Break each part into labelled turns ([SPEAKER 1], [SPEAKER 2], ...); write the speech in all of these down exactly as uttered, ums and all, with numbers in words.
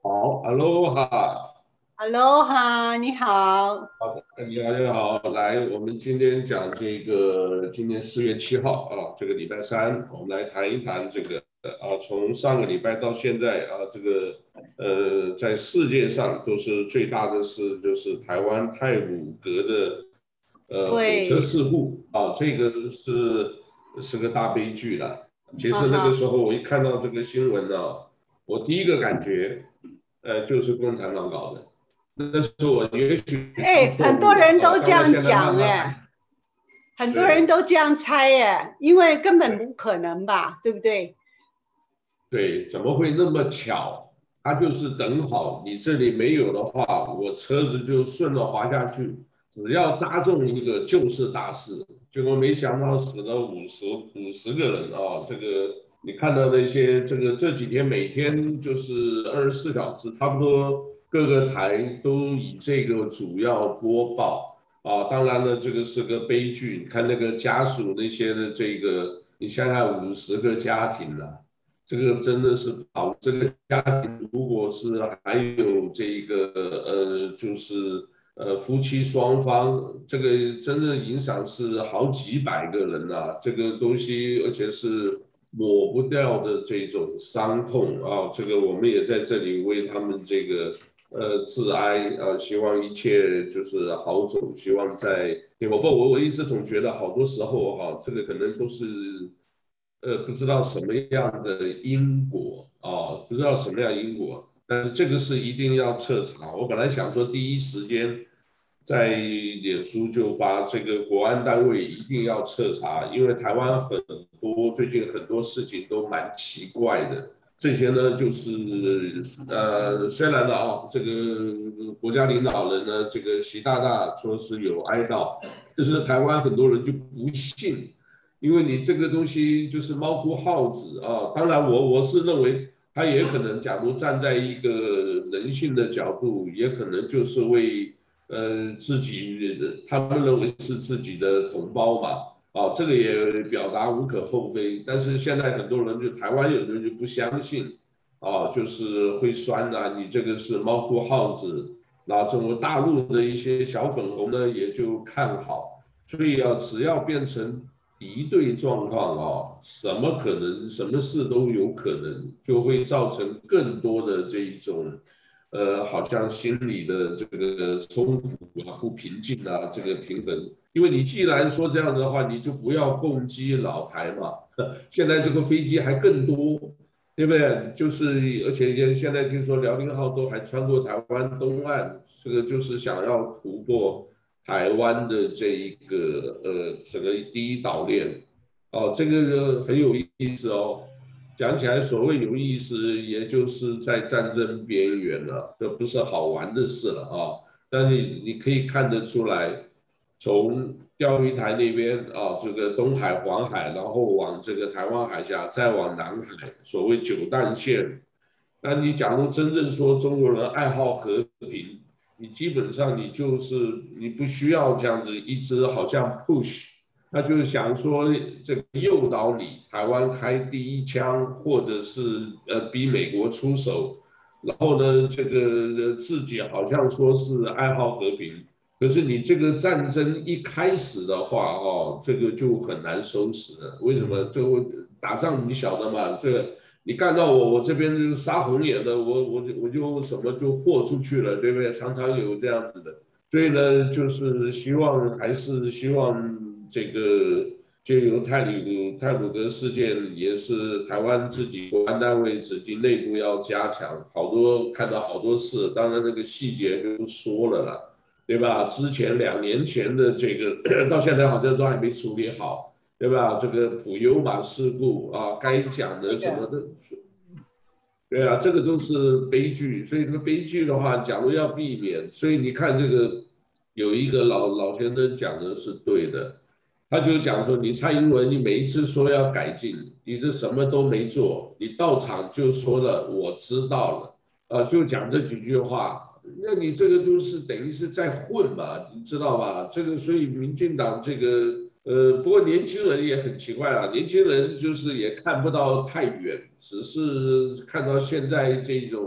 [SPEAKER 1] 好，Hello 哈，
[SPEAKER 2] Hello 哈，你好。
[SPEAKER 1] 好的，你好，你好，来，我们今天讲这个，今天四月七号啊，这个礼拜三，我们来谈一谈这个啊，从上个礼拜到现在啊，这个呃，在世界上都是最大的事，就是台湾太鲁阁的呃火车
[SPEAKER 2] 对，
[SPEAKER 1] 事故啊，这个是是个大悲剧了。其实那个
[SPEAKER 2] 哈哈，
[SPEAKER 1] 时候我一看到这个新闻呢，我第一个感觉，呃，就是共产党搞的。那是我也许是
[SPEAKER 2] 哎，很多
[SPEAKER 1] 错误了啊，
[SPEAKER 2] 人都这
[SPEAKER 1] 当然
[SPEAKER 2] 样讲，
[SPEAKER 1] 现在慢慢
[SPEAKER 2] 哎，
[SPEAKER 1] 还
[SPEAKER 2] 很多人
[SPEAKER 1] 对
[SPEAKER 2] 都这样猜，哎，因为根本
[SPEAKER 1] 对
[SPEAKER 2] 不可能吧，对不对？
[SPEAKER 1] 对，怎么会那么巧？他就是等好你这里没有的话，我车子就顺着滑下去，只要扎中一个就是大事。结果没想到死了五十五十个人啊！这个你看到那些这个这几天每天就是二十四小时，差不多各个台都以这个主要播报。啊，当然了，这个是个悲剧。你看那个家属那些的这个，你想想五十个家庭了、这个真的是好，这个家庭如果是还有这个呃，就是呃夫妻双方，这个真的影响是好几百个人呐、这个东西而且是抹不掉的这种伤痛啊，这个我们也在这里为他们这个呃致哀啊，希望一切就是好走，希望在，我不我我一直总觉得好多时候哈、这个可能都是。呃，不知道什么样的因果啊，不知道什么样因果，但是这个是一定要彻查。我本来想说第一时间在脸书就发这个国安单位一定要彻查，因为台湾很多最近很多事情都蛮奇怪的。这些呢，就是呃，虽然呢啊，这个国家领导人呢，这个习大大说是有哀悼，但是台湾很多人就不信。因为你这个东西就是猫哭耗子啊。当然我我是认为他也可能，假如站在一个人性的角度，也可能就是为呃自己的，他们认为是自己的同胞嘛。啊，这个也表达无可厚非。但是现在很多人就台湾有人就不相信，啊，就是会酸啊，你这个是猫哭耗子。那中国大陆的一些小粉红呢，也就看好。所以啊，只要变成敌对状况啊，什么可能，什么事都有可能，就会造成更多的这一种，呃，好像心理的这个冲突啊、不平静啊，这个平衡。因为你既然说这样的话，你就不要攻击老台嘛。现在这个飞机还更多，对不对？就是而且现在听说辽宁号都还穿过台湾东岸，这个就是想要突破台湾的这一个呃整个第一岛链。哦，这个很有意思哦。讲起来，所谓有意思，也就是在战争边缘了，这不是好玩的事了啊。但是你你可以看得出来，从钓鱼台那边啊，这个东海、黄海，然后往这个台湾海峡，再往南海，所谓九段线。那你假如真正说中国人爱好和平，你基本上你就是你不需要这样子一直好像 push，那就是想说这个诱导你台湾开第一枪，或者是呃逼美国出手，然后呢这个呃自己好像说是爱好和平，可是你这个战争一开始的话哦，这个就很难收拾了。为什么？最后打仗你晓得嘛？这个你干到我，我这边就杀红眼的，我我就我就什么就豁出去了，对不对？常常有这样子的。所以呢，就是希望还是希望这个就由泰鲁泰鲁格事件，也是台湾自己国安单位自己内部要加强。好多看到好多事，当然那个细节就不说了啦，对吧？之前两年前的这个到现在好像都还没处理好，对吧？这个普悠玛事故啊，该讲的
[SPEAKER 2] 对的，
[SPEAKER 1] 什么的，对啊，这个都是悲剧。所以这个悲剧的话，假如要避免，所以你看这个有一个老老先生讲的是对的，他就讲说，你蔡英文，你每一次说要改进，你这什么都没做，你到场就说了我知道了，呃，就讲这几句话，那你这个都是等于是在混嘛，你知道吧？这个所以民进党这个。呃，不过年轻人也很奇怪啊，年轻人就是也看不到太远，只是看到现在这种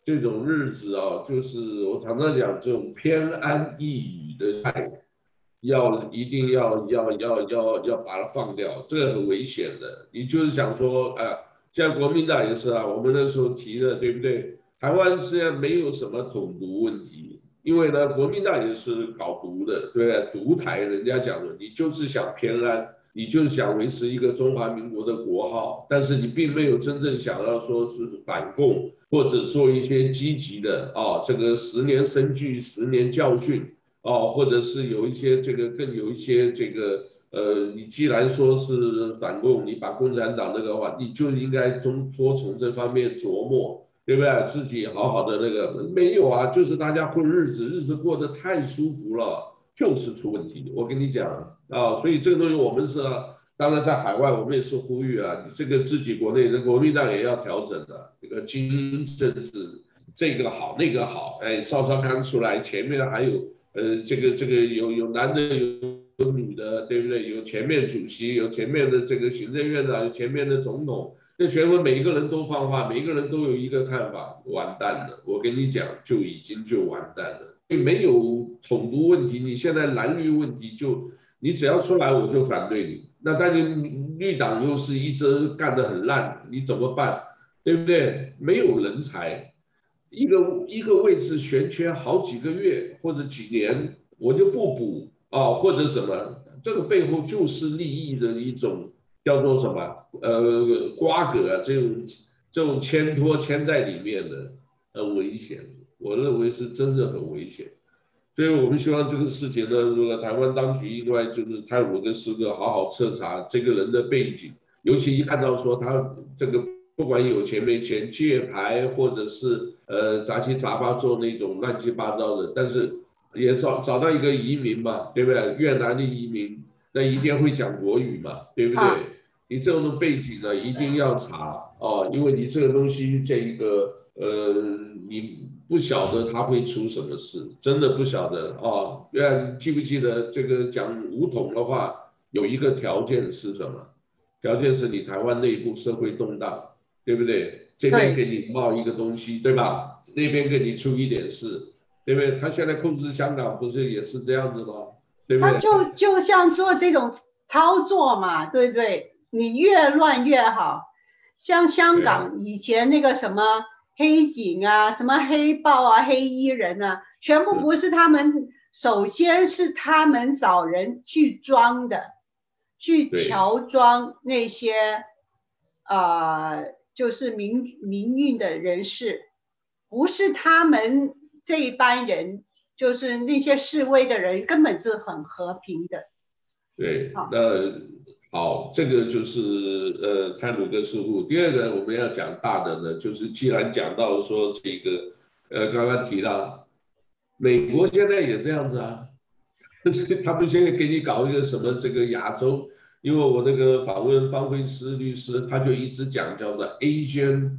[SPEAKER 1] 这种日子啊，就是我常常讲这种偏安一隅的态，要一定要要要要要把它放掉，这个很危险的。你就是想说，哎、呃，像国民党也是啊，我们那时候提的，对不对？台湾虽然没有什么统独问题，因为呢，国民党也是搞独的，对不对？独台，人家讲的，你就是想偏安。你就是想维持一个中华民国的国号，但是你并没有真正想要说是反共，或者做一些积极的啊，这个十年生聚，十年教训啊，或者是有一些这个更有一些这个呃，你既然说是反共，你把共产党那个话，你就应该中多从这方面琢磨，对不对？自己好好的那个没有啊，就是大家混日子，日子过得太舒服了。就是出问题，我跟你讲啊，所以这个东西我们是、啊，当然在海外我们也是呼吁啊，这个自己国内的国民党也要调整的，这个精英政治，这个好那个好，哎，稍稍看出来前面还有呃这个这个有有男的有有女的，对不对？有前面主席，有前面的这个行政院长，有前面的总统，那全部每一个人都放话，每一个人都有一个看法，完蛋了，我跟你讲，就已经就完蛋了。没有统独问题，你现在蓝绿问题就你只要出来我就反对你，那但是绿党又是一直干得很烂，你怎么办？对不对？没有人才，一个一个位置悬缺好几个月或者几年，我就不补啊，或者什么，这个背后就是利益的一种叫做什么呃瓜葛啊，这种这种牵拖牵在里面的，很危险。我认为是真的很危险，所以我们希望这个事情呢，如果台湾当局应该就是泰鲁跟斯哥好好彻查这个人的背景，尤其一看到说他这个不管有钱没钱，借牌或者是呃杂七杂八做那种乱七八糟的，但是也找找到一个移民嘛，对不对？越南的移民，那一定会讲国语嘛，对不对？
[SPEAKER 2] 啊，
[SPEAKER 1] 你这种背景呢，一定要查哦，因为你这个东西，这一个呃，你不晓得他会出什么事，真的不晓得哦。原记不记得这个讲武统的话，有一个条件是什么？条件是你台湾内部社会动荡，对不对？这边给
[SPEAKER 2] 对，
[SPEAKER 1] 你冒一个东西，对吧？那边给你出一点事，对不对？他现在控制香港不是也是这样子吗？对不
[SPEAKER 2] 他
[SPEAKER 1] 对？
[SPEAKER 2] 就就像做这种操作嘛，对不对？你越乱越好。像香
[SPEAKER 1] 对啊，
[SPEAKER 2] 港以前那个什么黑警啊、什么黑豹啊、黑衣人啊，全部
[SPEAKER 1] 是，
[SPEAKER 2] 不是他们，首先是他们找人去装的，去
[SPEAKER 1] 对
[SPEAKER 2] 乔装那些啊、呃就是民民运的人士，不是他们这一班人，就是那些示威的人，根本是很和平的。
[SPEAKER 1] 对，
[SPEAKER 2] 好，
[SPEAKER 1] 那好，这个就是呃泰鲁格事故。第二个我们要讲大的呢，就是既然讲到说这个呃刚刚提到美国现在也这样子啊，他们现在给你搞一个什么这个亚洲，因为我那个访问方慧思律师，他就一直讲叫做 Asian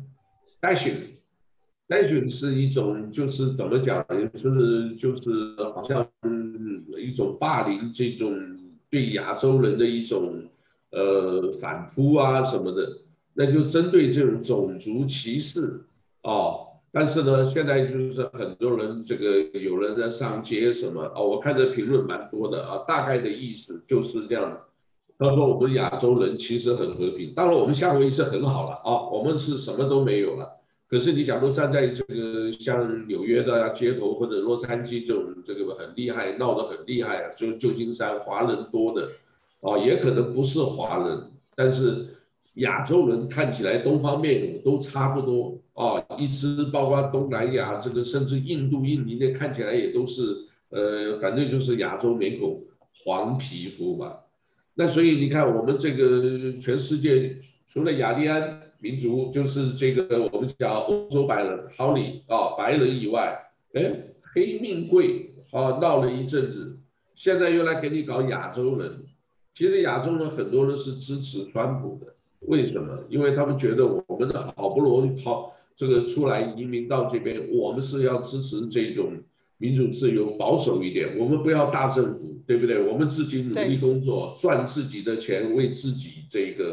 [SPEAKER 1] bashing，bashing 是一种就是怎么讲，就是就是好像嗯一种霸凌，这种对亚洲人的一种呃反扑啊什么的，那就针对这种种族歧视哦。但是呢，现在就是很多人这个有人在上街什么哦，我看这评论蛮多的啊，大概的意思就是这样。他说我们亚洲人其实很和平，当然我们夏威夷是很好了啊，我们是什么都没有了。可是你假如站在这个像纽约的街头或者洛杉矶这种这个很厉害闹得很厉害啊，就旧金山华人多的哦，也可能不是华人，但是亚洲人看起来东方面孔都差不多哦，一直包括东南亚这个甚至印度、印尼那看起来也都是呃，反正就是亚洲面孔黄皮肤嘛。那所以你看，我们这个全世界除了雅利安民族，就是这个我们讲欧洲白人、好你啊白人以外，哎，黑命贵啊闹了一阵子，现在又来给你搞亚洲人。其实亚洲人很多人是支持川普的，为什么？因为他们觉得我们的好不容易跑这个出来移民到这边，我们是要支持这种民主自由，保守一点，我们不要大政府，对不对？我们自己努力
[SPEAKER 2] 对
[SPEAKER 1] 工作，赚自己的钱，为自己这个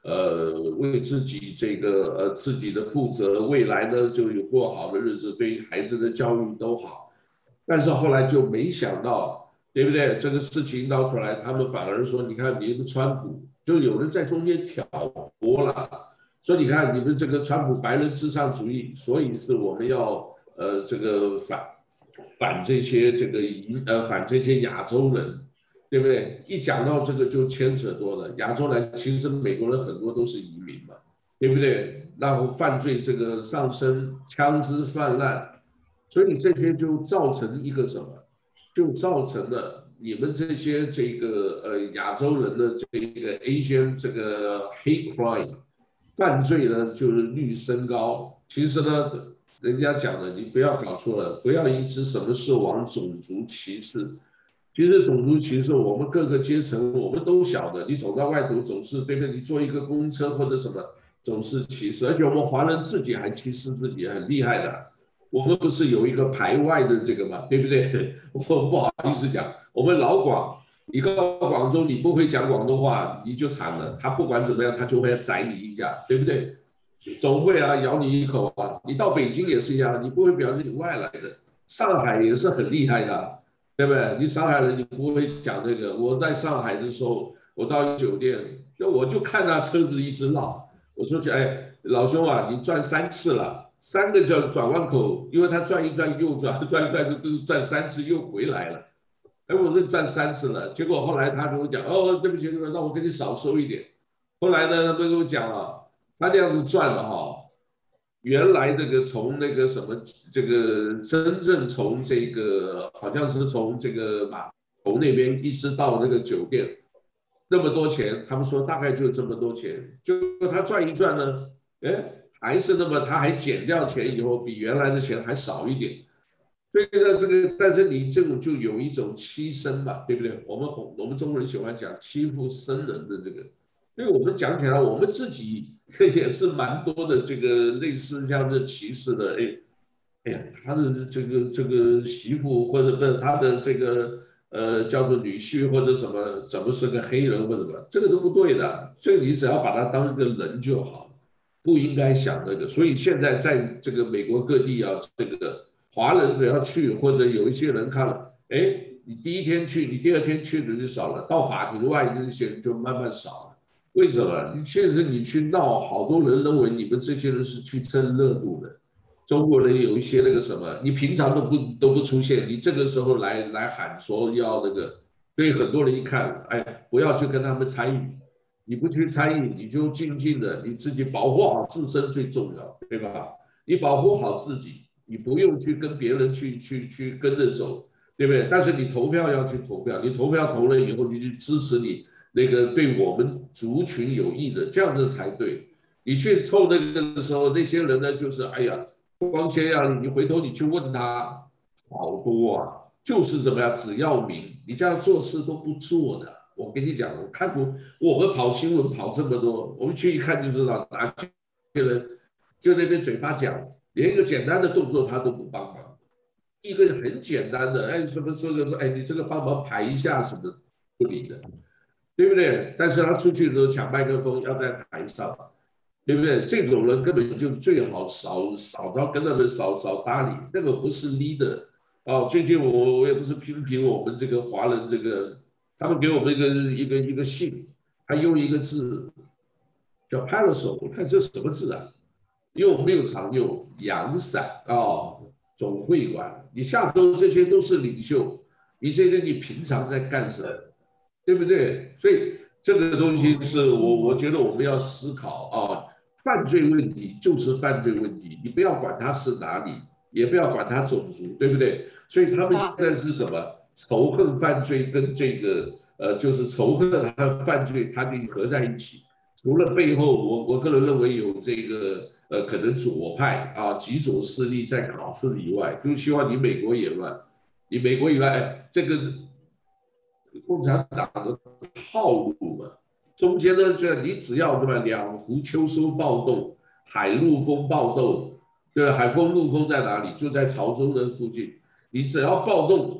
[SPEAKER 1] 呃为自己这个呃自己的负责，未来呢就有过好的日子，对孩子的教育都好。但是后来就没想到，对不对？这个事情闹出来，他们反而说，你看你们川普，就有人在中间挑拨了，说你看你们这个川普白人至上主义，所以是我们要呃这个反反这些这个移呃反这些亚洲人，对不对？一讲到这个就牵扯多了，亚洲人其实美国人很多都是移民嘛，对不对？然后犯罪这个上升，枪支泛滥。所以这些就造成一个什么？就造成了你们这些这个呃亚洲人的这个 Asian 这个 hate crime 犯罪呢，就是率升高。其实呢，人家讲的你不要搞错了，不要一直什么事往种族歧视。其实种族歧视，我们各个阶层我们都晓得。你走到外头总是对不对？你坐一个公车或者什么，总是歧视，而且我们华人自己还歧视自己，很厉害的。我们不是有一个排外的这个嘛，对不对？我不好意思讲，我们老广，你到广州你不会讲广东话，你就惨了。他不管怎么样，他就会宰你一下，对不对？总会啊，咬你一口啊。你到北京也是一样，你不会表示你外来的。上海也是很厉害的，对不对？你上海人你不会讲这个。我在上海的时候，我到酒店，就我就看他车子一直绕，我说去，哎，老兄啊，你转三次了。三个叫转弯口，因为他转一转右转，转一转就转三次又回来了。哎，我说转三次了，结果后来他跟我讲，哦，对不起，那我给你少收一点。后来呢，他跟我讲了，他这样子转的哈，原来这个从那个什么，这个真正从这个好像是从这个码头那边一直到那个酒店，那么多钱，他们说大概就这么多钱，就他转一转呢，哎。还是那么，他还减掉钱以后，比原来的钱还少一点。所以呢，这个但是你这种就有一种欺生嘛，对不对？我们我们中国人喜欢讲欺负生人的这个，因为我们讲起来，我们自己也是蛮多的这个类似像这歧视的，哎哎呀，他的这个这个媳妇或者不是他的这个呃叫做女婿或者什么，怎么是个黑人或者什么，这个都不对的。这个你只要把他当一个人就好。不应该想那个，所以现在在这个美国各地啊，这个华人只要去，或者有一些人看了，哎，你第一天去，你第二天去的就少了，到法庭外那些人就慢慢少了。为什么？你确实你去闹，好多人认为你们这些人是去蹭热度的。中国人有一些那个什么，你平常都不都不出现，你这个时候来来喊说要那个，所以很多人一看，哎，不要去跟他们参与。你不去参与，你就静静的，你自己保护好自身最重要，对吧？你保护好自己，你不用去跟别人去去去跟着走，对不对？但是你投票要去投票，你投票投了以后，你去支持你那个对我们族群有益的，这样子才对。你去凑那个的时候，那些人呢，就是哎呀，光鲜亮丽，你回头你去问他，好多啊，就是怎么样，只要名，你这样做事都不做的。我跟你讲，我看过，我们跑新闻跑这么多，我们去一看就知道哪些人就那边嘴巴讲，连一个简单的动作他都不帮忙，一个很简单的，哎，什么这个，哎，你这个帮忙排一下什么不理的，对不对？但是他出去的时候抢麦克风要在台上，对不对？这种人根本就最好少少到跟他们少少搭理，那个不是 leader。哦，最近我我也不是批评我们这个华人这个。他们给我们一个一个一个信，他用一个字叫 parasol， 我看这什么字啊？因为我没有常用阳伞啊、哦，总会馆，你下周这些都是领袖，你这个你平常在干什么，对不对？所以这个东西是我我觉得我们要思考啊，犯罪问题就是犯罪问题，你不要管他是哪里，也不要管他种族，对不对？所以他们现在是什么？仇恨犯罪跟这个呃，就是仇恨和犯罪，它给你合在一起。除了背后，我我个人认为有这个呃，可能左派啊、极左势力在搞事以外，就希望你美国也乱，你美国以外，哎，这个共产党的套路嘛，中间呢，这你只要对吧，两湖秋收暴动、海陆丰暴动，对吧？海丰陆丰在哪里？就在潮州的附近，你只要暴动。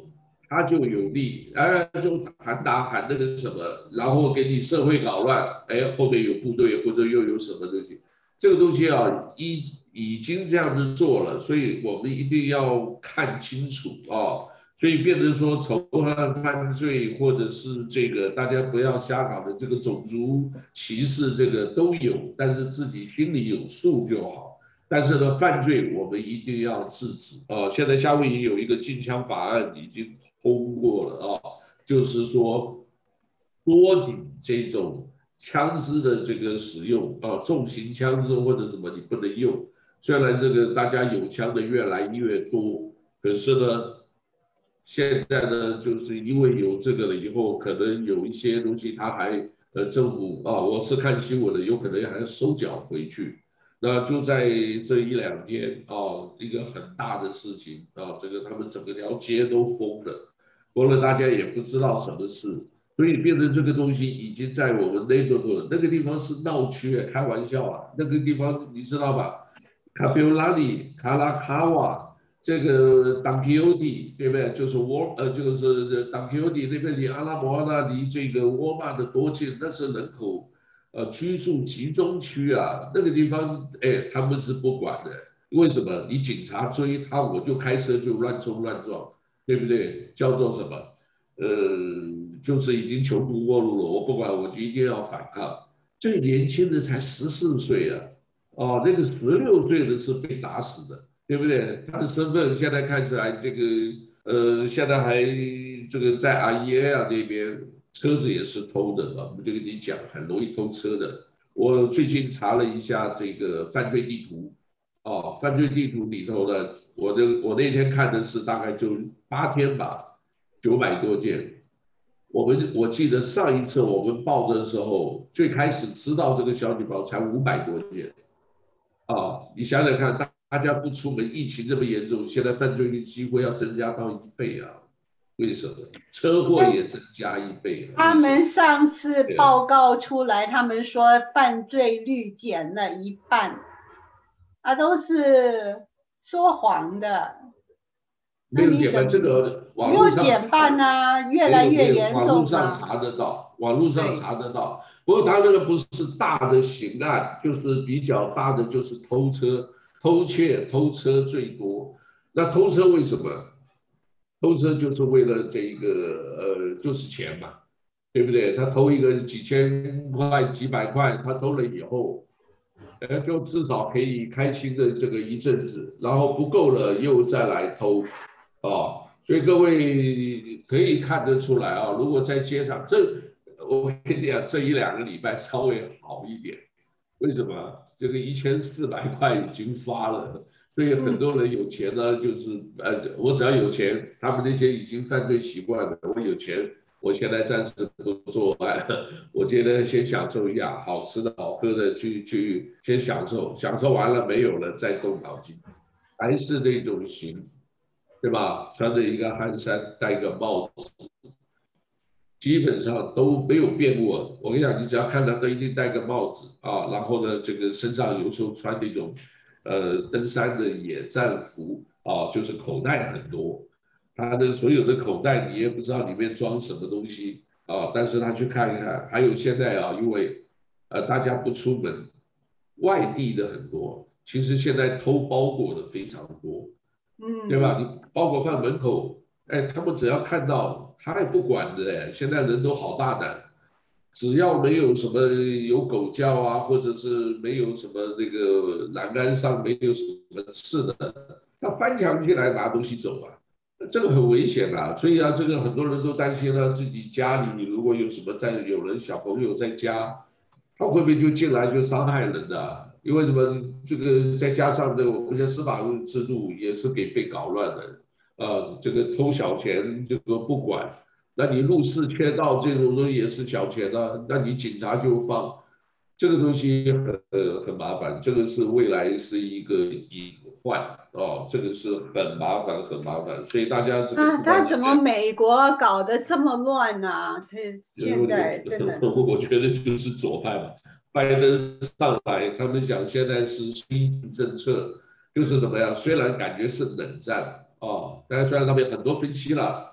[SPEAKER 1] 他就有利，哎，就喊打喊那个什么，然后给你社会搞乱，哎，后面有部队或者又有什么东西，这个东西啊，已已经这样子做了，所以我们一定要看清楚啊，所以变成说仇恨犯罪或者是这个大家不要瞎搞的这个种族歧视，这个都有，但是自己心里有数就好。但是呢，犯罪我们一定要制止啊！现在夏威夷有一个禁枪法案已经通过了啊，就是说多紧这种枪支的这个使用啊，重型枪支或者什么你不能用。虽然这个大家有枪的越来越多，可是呢，现在呢，就是因为有这个了以后，可能有一些东西他还呃政府啊，我是看新闻的，有可能还要收缴回去。那就在这一两天啊，一个很大的事情啊，这个他们整个条街都封了，封了大家也不知道什么事，所以变成这个东西已经在我们 neighborhood 那个地方是闹区，开玩笑啊，那个地方你知道吧？卡比欧拉里、卡拉卡瓦，这个 d 基 n 蒂，对不对？就是沃呃，就是 d 基 n 蒂那边离阿拉伯那离这个沃尔玛的多近？那是人口呃居住集中区啊，那个地方哎他们是不管的，为什么？你警察追他，我就开车就乱冲乱撞，对不对？叫做什么？呃，就是已经穷途末路了，我不管，我就一定要反抗。最年轻的才十四岁啊！哦，那个十六岁的是被打死的，对不对？他的身份现在看起来，这个呃，现在还这个在 I E L 那边车子也是偷的嘛，我们就跟你讲，很容易偷车的。我最近查了一下这个犯罪地图，哦，犯罪地图里头呢，我的我那天看的是大概就八天吧，九百多件。我们我记得上一次我们报的时候，最开始知道这个消息报才五百多件。啊，你想想看，大大家不出门，疫情这么严重，现在犯罪率几乎要增加到一倍啊！为什么？车祸
[SPEAKER 2] 那
[SPEAKER 1] 也增加一倍了，
[SPEAKER 2] 他
[SPEAKER 1] 为什么？
[SPEAKER 2] 们上次
[SPEAKER 1] 对，
[SPEAKER 2] 报告出来，他们说犯罪率减了一半，啊，都是说谎的。那
[SPEAKER 1] 没有减半，
[SPEAKER 2] 你怎么
[SPEAKER 1] 这个
[SPEAKER 2] 没
[SPEAKER 1] 网络上
[SPEAKER 2] 有减
[SPEAKER 1] 查
[SPEAKER 2] 半呢？越
[SPEAKER 1] 没有没有，
[SPEAKER 2] 来越严
[SPEAKER 1] 网络
[SPEAKER 2] 重啊！
[SPEAKER 1] 上查得到，网络上
[SPEAKER 2] 对，
[SPEAKER 1] 查得到。不过他那个不是大的刑案，就是比较大的，就是偷车、偷窃、偷车最多。那偷车为什么？偷车就是为了这个呃，就是钱嘛，对不对？他偷一个几千块、几百块，他偷了以后，呃，就至少可以开心的这个一阵子，然后不够了又再来偷，哦，所以各位可以看得出来啊，如果在街上，这我跟你讲，这一两个礼拜稍微好一点，为什么？这个一千四百块已经发了，所以很
[SPEAKER 2] 嗯，
[SPEAKER 1] 多人有钱呢，就是呃，我只要有钱，他们那些已经犯罪习惯的，我有钱，我现在暂时不做爱了，我觉得先享受一下好吃的好喝的，去去先享受，享受完了没有了再动脑筋，还是那种型，对吧？穿着一个汗衫，戴一个帽子。基本上都没有变过。我跟你讲，你只要看到都一定戴个帽子啊，然后呢，这个身上有时候穿那种呃登山的野战服啊，就是口袋很多，他的所有的口袋你也不知道里面装什么东西啊，但是他去看一看。还有现在啊，因为呃大家不出门，外地的很多，其实现在偷包裹的非常多。对
[SPEAKER 2] 嗯，
[SPEAKER 1] 吧？你包裹放门口，哎，他们只要看到，他也不管的，哎，现在人都好大胆，只要没有什么有狗叫啊，或者是没有什么那个栏杆上没有什么刺的，他翻墙进来拿东西走啊，这个很危险啊。所以啊，这个很多人都担心呢，自己家里如果有什么在有人小朋友在家，他会不会就进来就伤害人的啊？因为什么？这个再加上的我们的司法制度也是给被搞乱的，呃，这个偷小钱这个不管，那你入室窃盗这种东西也是小钱啊，那你警察就放，这个东西很呃很麻烦，这个是未来是一个隐患哦，这个是很麻烦很麻烦，所以大家这个
[SPEAKER 2] 那
[SPEAKER 1] 不管怎么样。
[SPEAKER 2] 他怎么美国搞得这么乱呢？这现在真的，
[SPEAKER 1] 呃，我觉得就是左派嘛，拜登上来，他们讲现在是新政策，就是怎么样？虽然感觉是冷战啊，但是虽然他们有很多分析了，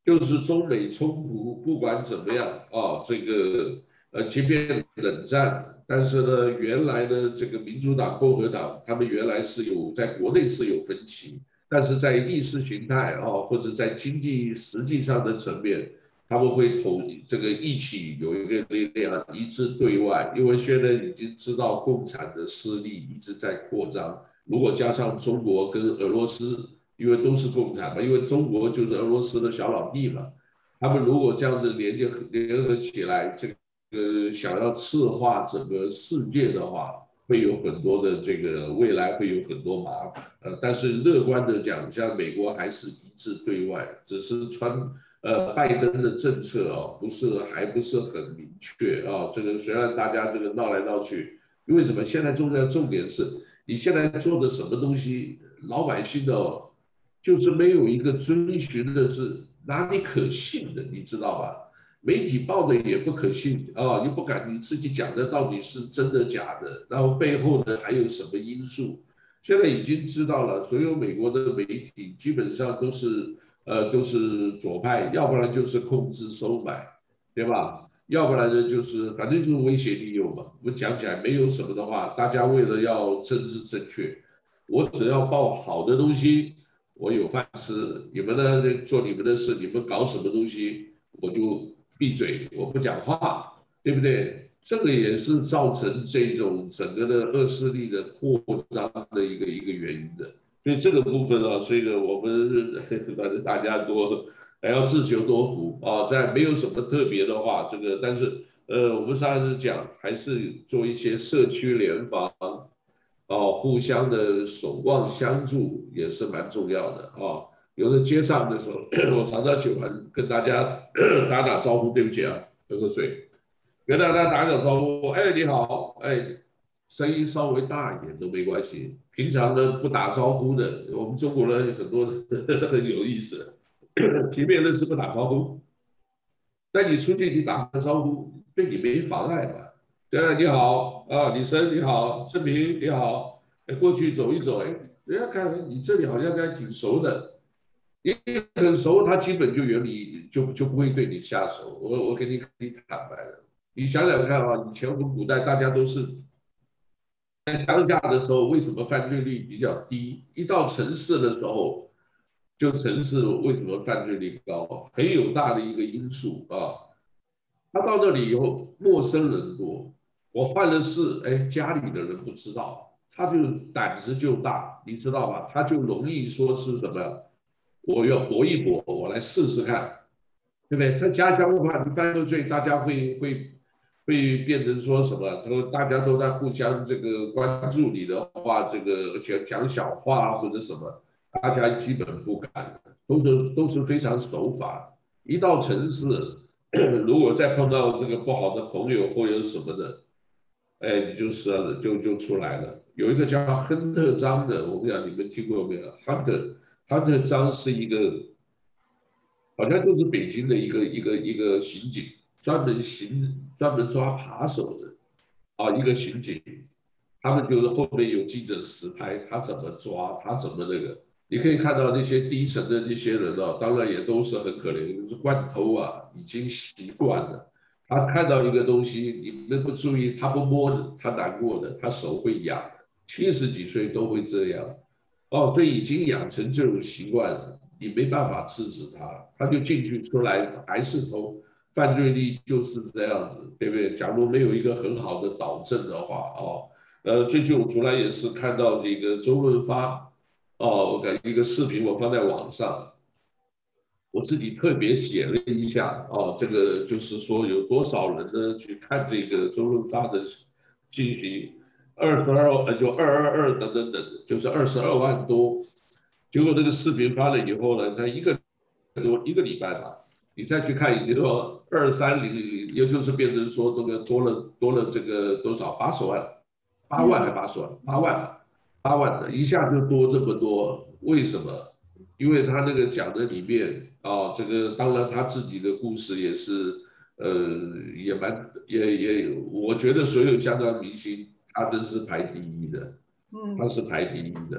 [SPEAKER 1] 就是中美冲突，不管怎么样啊，这个呃，即便冷战，但是呢，原来呢，这个民主党、共和党他们原来是有在国内是有分歧，但是在意识形态啊，或者在经济实际上的层面，他们会统这个一起有一个力量一致对外，因为现在已经知道共产的势力一直在扩张，如果加上中国跟俄罗斯。因为都是共产嘛，因为中国就是俄罗斯的小老弟嘛，他们如果这样子联结联合起来，这个想要赤化整个世界的话，会有很多的这个未来会有很多麻烦。呃，但是乐观的讲，像美国还是一致对外，只是川呃拜登的政策啊，不是还不是很明确啊。这个虽然大家这个闹来闹去，为什么现在重要重点是你现在做的什么东西，老百姓的。就是没有一个遵循的是哪里可信的，你知道吧？媒体报的也不可信啊，你不敢你自己讲的到底是真的假的，然后背后呢还有什么因素？现在已经知道了，所有美国的媒体基本上都是呃都是左派，要不然就是控制收买，对吧？要不然呢就是反正就是威胁利诱嘛。我们讲起来没有什么的话，大家为了要政治正确，我只要报好的东西。我有饭吃，你们呢做你们的事，你们搞什么东西我就闭嘴，我不讲话，对不对？这个也是造成这种整个的恶势力的扩张的一个一个原因的。所以这个部分啊，所以呢，我们反正大家多还要自求多福啊，在没有什么特别的话，这个但是呃，我们上次讲还是做一些社区联防。哦，互相的守望相助也是蛮重要的哦。有的街上的时候，我常常喜欢跟大家打打招呼。对不起啊，喝个水，跟大家打打招呼。哎，你好，哎，声音稍微大一点都没关系。平常呢不打招呼的，我们中国人很多很有意思，即便认识不打招呼，但你出去你打个招呼，对你没妨碍嘛。对啊，你好啊，李生你好，志平你好，哎，过去走一走，哎，人家看你这里好像还挺熟的，你很熟，他基本就原理就就不会对你下手。我我跟你跟你坦白了，你想想看啊，以前我们古代大家都是在乡下的时候，为什么犯罪率比较低？一到城市的时候，就城市为什么犯罪率高，很有大的一个因素啊。他到那里以后，陌生人多，我犯了事，哎，家里的人不知道，他就胆子就大，你知道吧？他就容易说是什么，我要搏一搏，我来试试看，对不对？他家乡的话，你犯个罪，大家会会会变成说什么？都大家都在互相这个关注你的话，这个而且讲小话或者什么，大家基本不敢，都是都是非常守法。一到城市，如果再碰到这个不好的朋友或者什么的，哎，你就是就就出来了。有一个叫亨特张的，我不知道你们听过没有？亨特亨特张是一个，好像就是北京的一个一个一个刑警，专门刑专门抓扒手的啊，一个刑警。他们就是后面有记者实拍，他怎么抓，他怎么那个，你可以看到那些低层的那些人哦，当然也都是很可怜，就是惯偷啊，已经习惯了。他看到一个东西，你们不注意，他不摸的，他难过的，他手会痒，七十几岁都会这样。哦，所以已经养成这种习惯了，你没办法制止他，他就进去出来还是偷，犯罪率就是这样子，对不对？假如没有一个很好的导正的话，哦。呃，最近我突然也是看到那个周润发，哦，我感一个视频我放在网上，我自己特别写了一下，哦，这个就是说有多少人呢去看这个周润发的信息，二十二呃就二二二等等等，就是二十二万多，结果这个视频发了以后呢，他一个多一个礼拜吧，你再去看，已经说二三零零，也就是变成说这个多了多了这个多少八十万。八万还
[SPEAKER 2] 嗯
[SPEAKER 1] 八十万，八万，八万的，一下就多这么多，为什么？因为他那个讲的里面啊，这个当然他自己的故事也是，呃，也蛮也也，我觉得所有香港明星他真是排第一的，他
[SPEAKER 2] 嗯
[SPEAKER 1] 是排第一的。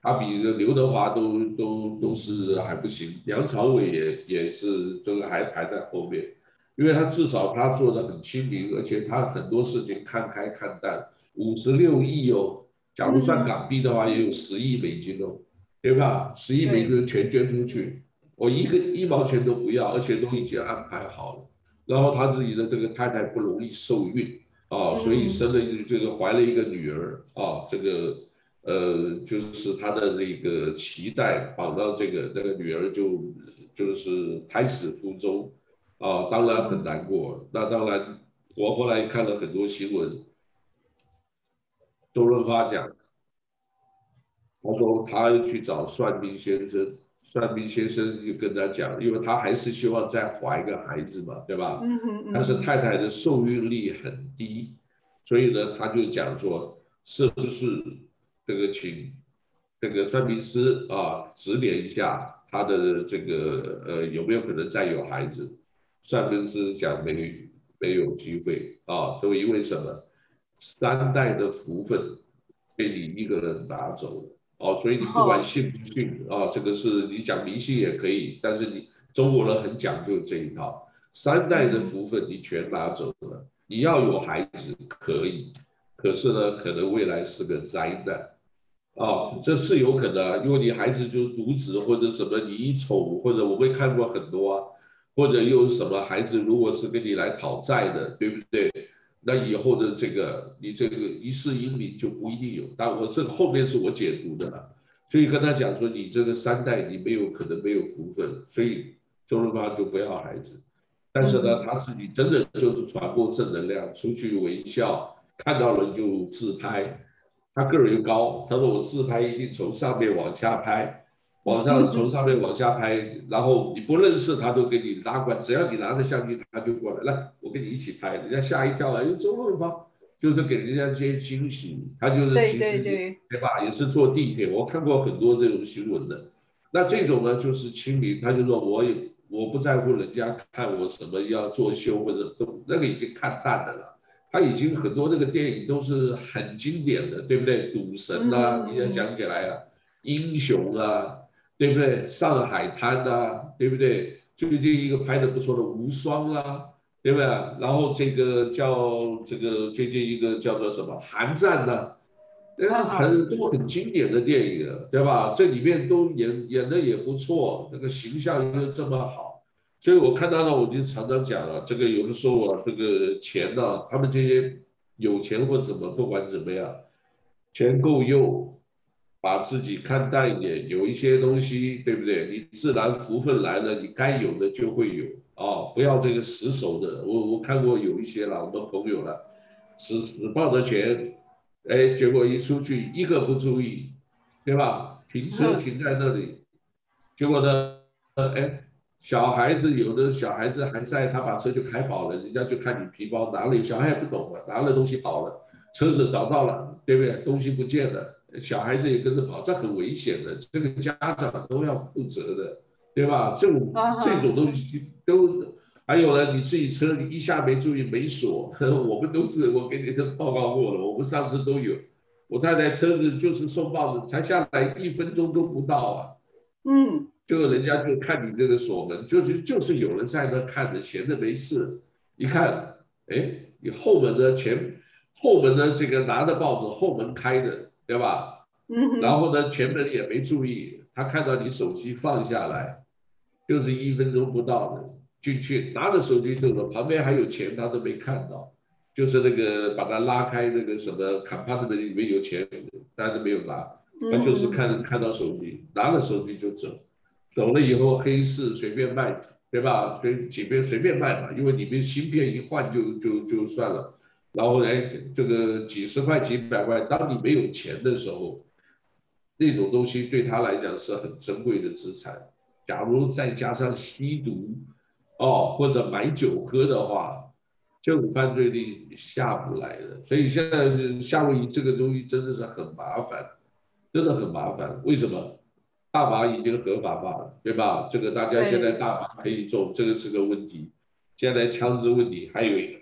[SPEAKER 1] 他比刘德华都都都是还不行，梁朝伟也也是这个还排在后面，因为他至少他做的很亲民，而且他很多事情看开看淡。五十六亿哦，假如算
[SPEAKER 2] 嗯，
[SPEAKER 1] 港币的话，也有十亿美金哦，对吧？十亿美
[SPEAKER 2] 对，
[SPEAKER 1] 金全捐出去，我一个一毛钱都不要，而且都已经安排好了。然后他自己的这个太太不容易受孕啊，所以
[SPEAKER 2] 嗯，
[SPEAKER 1] 生了一这个怀了一个女儿啊，这个呃就是他的那个脐带绑到这个那个女儿就就是胎死腹中啊，当然很
[SPEAKER 2] 嗯，
[SPEAKER 1] 难过。那当然，我后来看了很多新闻，周润发讲。他说他要去找算命先生，算命先生就跟他讲，因为他还是希望再怀一个孩子嘛，对吧？
[SPEAKER 2] 嗯哼，
[SPEAKER 1] 但是
[SPEAKER 2] 嗯哼，
[SPEAKER 1] 太太的受孕率很低，所以呢，他就讲说，是不是这个请这个算命师啊指点一下他的这个呃有没有可能再有孩子？算命师讲没没有机会啊，所以因为什么？三代的福分被你一个人拿走了。哦，所以你不管
[SPEAKER 2] 哦，
[SPEAKER 1] 信不信啊，这个是你讲迷信也可以，但是你中国人很讲究这一套，三代的
[SPEAKER 2] 嗯，
[SPEAKER 1] 福分你全拿走了，你要有孩子可以，可是呢，可能未来是个灾难啊，这是有可能啊，因为你孩子就是独子或者什么，你一宠或者我们看过很多啊，或者又什么孩子如果是跟你来讨债的，对不对？那以后的这个你这个一世英名就不一定有，但我这个后面是我解读的了，所以跟他讲说你这个三代你没有可能没有福分，所以周润发就不要孩子，但是呢
[SPEAKER 2] 嗯，
[SPEAKER 1] 他自己真的就是传播正能量，出去微笑，看到人就自拍，他个儿又高，他说我自拍一定从上面往下拍，往上从上面往下拍，然后你不认识他都给你拉过来，只要你拿着相机他就过来，来我跟你一起拍，人家吓一跳啊，哎周润发就是给人家这些惊喜，他就是
[SPEAKER 2] 对
[SPEAKER 1] 其实
[SPEAKER 2] 对对，
[SPEAKER 1] 对吧，也是坐地铁，我看过很多这种新闻的，那这种呢就是亲民，他就说我也我不在乎人家看我什么要作秀或者那个已经看淡的了。他已经很多那个电影都是很经典的，对不对？赌神
[SPEAKER 2] 嗯
[SPEAKER 1] 啊，你要
[SPEAKER 2] 哼，
[SPEAKER 1] 想起来啊，英雄啊，对不对？上海滩啊，对不对？最近一个拍的不错的无双啊，对不对？然后这个叫这个最近一个叫做什么寒战呢、
[SPEAKER 2] 啊，
[SPEAKER 1] 呃，
[SPEAKER 2] 啊，
[SPEAKER 1] 很多很经典的电影啊，对吧？这里面都演演的也不错，那个形象又这么好，所以我看到呢，我就常常讲啊，这个有的时候啊，这个钱呢、他们这些有钱或什么，不管怎么样，钱够用，把自己看淡一点，有一些东西，对不对？你自然福分来了，你该有的就会有啊，不要这个死守的。我我看过有一些了，我的朋友了，死死抱着钱。哎，结果一出去一个不注意，对吧？停车
[SPEAKER 2] 嗯，
[SPEAKER 1] 停在那里，结果呢，哎，小孩子有的小孩子还在，他把车就开跑了，人家就看你皮包拿了，小孩也不懂嘛，拿了东西跑了，车子找到了，对不对？东西不见了，小孩子也跟着跑，这很危险的，这个家长都要负责的，对吧？这种
[SPEAKER 2] 啊哈，
[SPEAKER 1] 这种东西都。还有呢，你自己车你一下没注意没锁，我们都是我给你这报告过了，我们上次都有。我太太车子就是送报纸，才下来一分钟都不到啊，
[SPEAKER 2] 嗯，
[SPEAKER 1] 就人家就看你这个锁门，就是就是有人在那看着，闲着没事，一看，哎，你后门的前后门的这个拿着报纸，后门开的，对吧？
[SPEAKER 2] 嗯哼，
[SPEAKER 1] 然后呢，前门也没注意，他看到你手机放下来，就是一分钟不到的进去，拿着手机走了，旁边还有钱，他都没看到，就是那个把他拉开那个什么卡帕的里面有钱，他都没有拿，他就是
[SPEAKER 2] 嗯哼，
[SPEAKER 1] 看看到手机，拿了手机就走。走了以后黑市随便卖，对吧？随几便随便卖嘛，因为你们芯片一换就就就算了。然后哎，这个几十块、几百块，当你没有钱的时候，那种东西对他来讲是很珍贵的资产。假如再加上吸毒，哦，或者买酒喝的话，这种犯罪率下不来的。所以现在夏威夷这个东西真的是很麻烦，真的很麻烦。为什么？大麻已经合法化了，对吧？这个大家现在
[SPEAKER 2] 对，
[SPEAKER 1] 大麻可以种，这个是个问题。现在枪支问题，还有一个，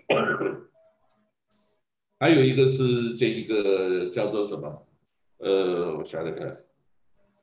[SPEAKER 1] 还有一个是这一个叫做什么？呃，我想想看，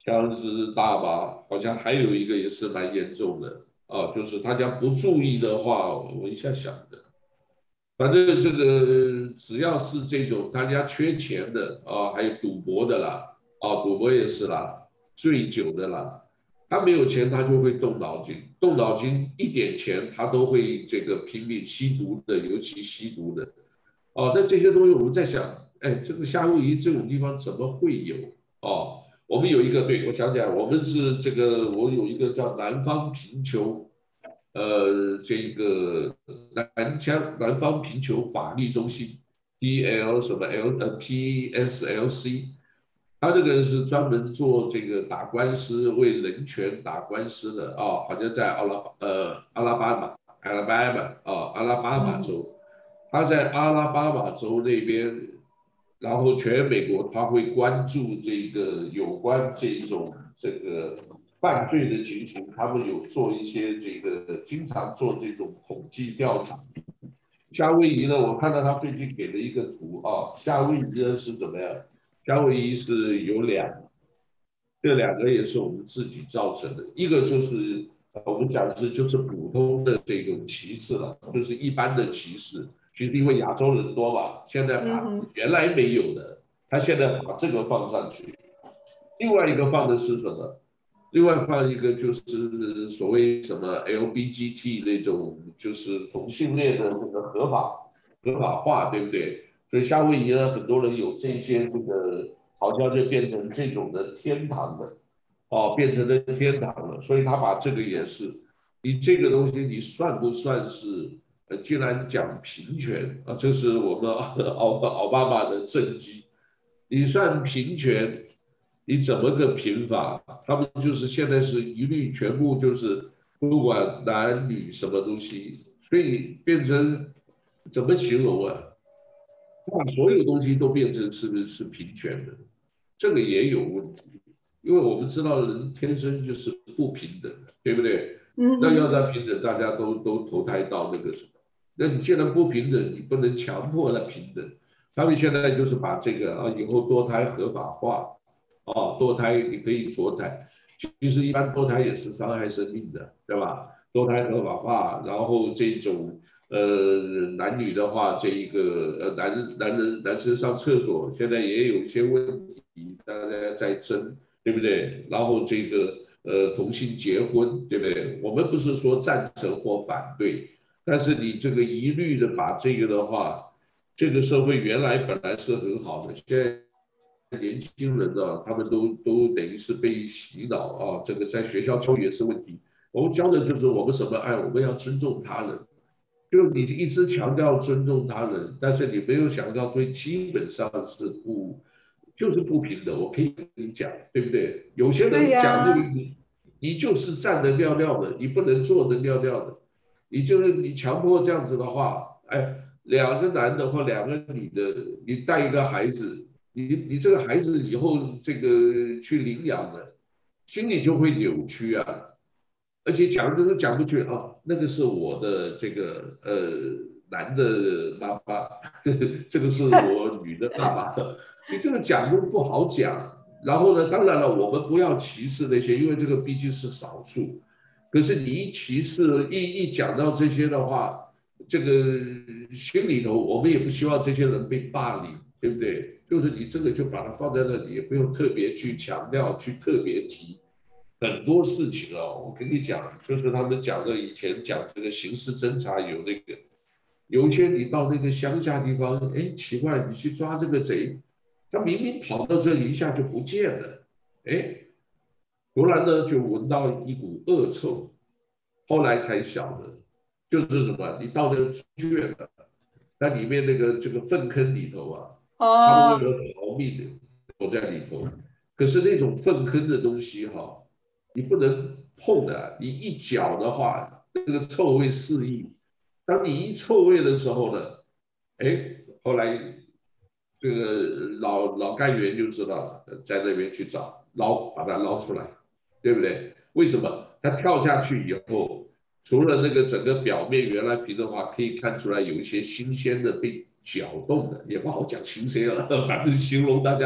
[SPEAKER 1] 枪支大麻，好像还有一个也是蛮严重的啊，就是大家不注意的话，我一下想的，反正这个只要是这种大家缺钱的啊，还有赌博的啦，啊，赌博也是啦，醉酒的啦，他没有钱他就会动脑筋，动脑筋一点钱他都会这个拼命吸毒的，尤其吸毒的。哦，那这些东西我们在想，哎，这个夏威夷这种地方怎么会有？哦，我们有一个，对，我想起来，我们是这个，我有一个叫南方贫穷，呃，这个南疆南方贫穷法律中心，P L 什么 L 呃 P S L C，他这个是专门做这个打官司、为人权打官司的啊、哦，好像在阿拉呃阿拉巴马、阿拉巴马啊、哦、阿拉巴马
[SPEAKER 2] 嗯
[SPEAKER 1] 州。他在阿拉巴马州那边，然后全美国他会关注这个有关这种这个犯罪的情形，他们有做一些这个经常做这种统计调查。夏威夷呢，我看到他最近给了一个图啊，夏威夷呢是怎么样？夏威夷是有两，这两个也是我们自己造成的，一个就是我们讲的是就是普通的这种歧视了，就是一般的歧视。其实因为亚洲人多嘛，现在把
[SPEAKER 2] 嗯哼
[SPEAKER 1] 原来没有的，他现在把这个放上去。另外一个放的是什么？另外放一个就是所谓什么 L B G T 那种，就是同性恋的这个合法合法化，对不对？所以夏威夷呢，很多人有这些这个，好像就变成这种的天堂了，哦，变成了天堂了。所以他把这个也是，你这个东西你算不算是？呃，既然讲平权啊，这是我们奥奥巴马的政绩。你算平权，你怎么个平法？他们就是现在是一律全部就是不管男女什么东西，所以变成怎么形容啊？把所有东西都变成是不是是平权的？这个也有问题，因为我们知道人天生就是不平等的，对不对？那要
[SPEAKER 2] 嗯哼
[SPEAKER 1] 他平等，大家都都投胎到那个什么？那你既然不平等，你不能强迫他平等。他们现在就是把这个啊，以后多胎合法化，哦，多胎你可以堕胎，其实一般堕胎也是伤害生命的，对吧？堕胎合法化，然后这种呃男女的话，这一个呃男人男人男生上厕所现在也有一些问题，大家在争，对不对？然后这个呃同性结婚，对不对？我们不是说赞成或反对，但是你这个一律的把这个的话。这个社会原来本来是很好的，现在年轻人啊，他们都都等于是被洗脑啊，这个在学校教育也是问题。我们教的就是我们什么爱，我们要尊重他人。就你一直强调尊重他人，但是你没有想到最基本上是不就是不平等。我可以跟你讲，对不对？有些
[SPEAKER 2] 对
[SPEAKER 1] 人讲那个
[SPEAKER 2] 呀，
[SPEAKER 1] 你你就是站得尿尿的，你不能坐得尿尿的，你就是你强迫这样子的话，哎。两个男的或两个女的，你带一个孩子，你你这个孩子以后这个去领养的，心里就会扭曲啊，而且讲的都讲不去啊，那个是我的这个呃男的妈妈，这个是我女的爸爸，你这个讲都不好讲。然后呢，当然了，我们不要歧视那些，因为这个毕竟是少数。可是你一歧视，一一讲到这些的话，这个心里头，我们也不希望这些人被霸凌，对不对？就是你这个就把它放在那里，也不用特别去强调，去特别提很多事情哦。我跟你讲，就是他们讲的以前讲这个刑事侦查有那个，有一些你到那个乡下地方，哎，奇怪，你去抓这个贼，他明明跑到这里一下就不见了，哎，突然呢就闻到一股恶臭，后来才晓得，就是什么，你到那个猪圈了。那里面那个这个粪坑里头啊，他们为
[SPEAKER 2] 哦，
[SPEAKER 1] 了逃命躲在里头。可是那种粪坑的东西哈，你不能碰的，你一搅的话，那个臭味四溢。当你一臭味的时候呢，哎，后来这个老老干员就知道了，在那边去找捞，把它捞出来，对不对？为什么？他跳下去以后，除了那个整个表面原来平的话，可以看出来有一些新鲜的被搅动的，也不好讲新鲜了，反正形容大家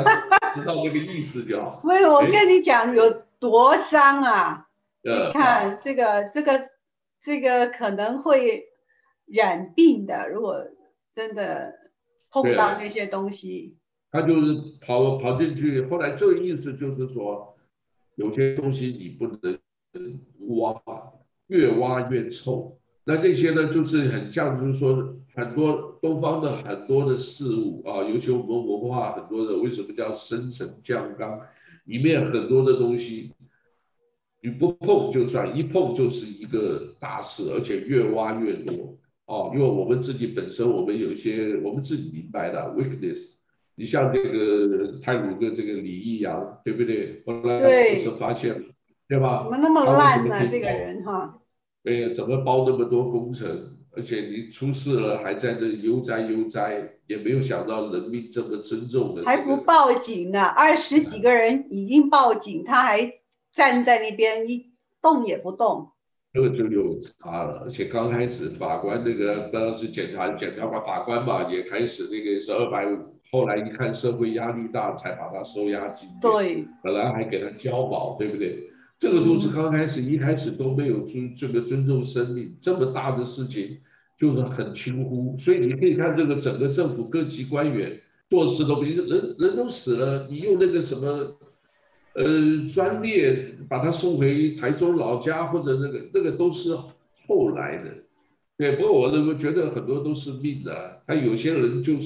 [SPEAKER 1] 知道那个意思就好。
[SPEAKER 2] 没有，我跟你讲有多脏啊！
[SPEAKER 1] 呃、
[SPEAKER 2] 你看这个这个这个可能会染病的，如果真的碰到那些东西。
[SPEAKER 1] 他就是跑跑进去，后来这个意思就是说，有些东西你不能挖，越挖越臭。那那些呢，就是很像，就是说很多东方的很多的事物啊，尤其我们文化很多的，为什么叫生沉降纲，里面很多的东西，你不碰就算，一碰就是一个大事，而且越挖越多哦。因为我们自己本身，我们有一些我们自己明白的 weakness。你像这个泰鲁的这个李义阳，对不对？后来不是
[SPEAKER 2] 对，
[SPEAKER 1] 发现了，对吧？
[SPEAKER 2] 怎么那么
[SPEAKER 1] 他为什
[SPEAKER 2] 烂呢？
[SPEAKER 1] 么可以包？
[SPEAKER 2] 这个人哈，
[SPEAKER 1] 对，怎么包那么多工程？而且你出事了还在那悠哉悠哉，也没有想到人命这么珍重的
[SPEAKER 2] 还
[SPEAKER 1] 这个。
[SPEAKER 2] 不报警呢？二十几个人已经报警，他还站在那边一动也不动。
[SPEAKER 1] 这个就有差了，而且刚开始法官那个不知道是检察检察官法官嘛，也开始那个是二百五，后来一看社会压力大，才把他收押禁见，
[SPEAKER 2] 对，
[SPEAKER 1] 本来还给他交保，对不对？这个都是
[SPEAKER 2] 嗯，
[SPEAKER 1] 刚开始一开始都没有尊这个尊重生命，这么大的事情就是很轻忽，所以你可以看这个整个政府各级官员做事都不行，人人都死了，你用那个什么。呃，专列把他送回台中老家，或者那个那个都是后来的。对，不过我认为觉得很多都是命的，他有些人就是，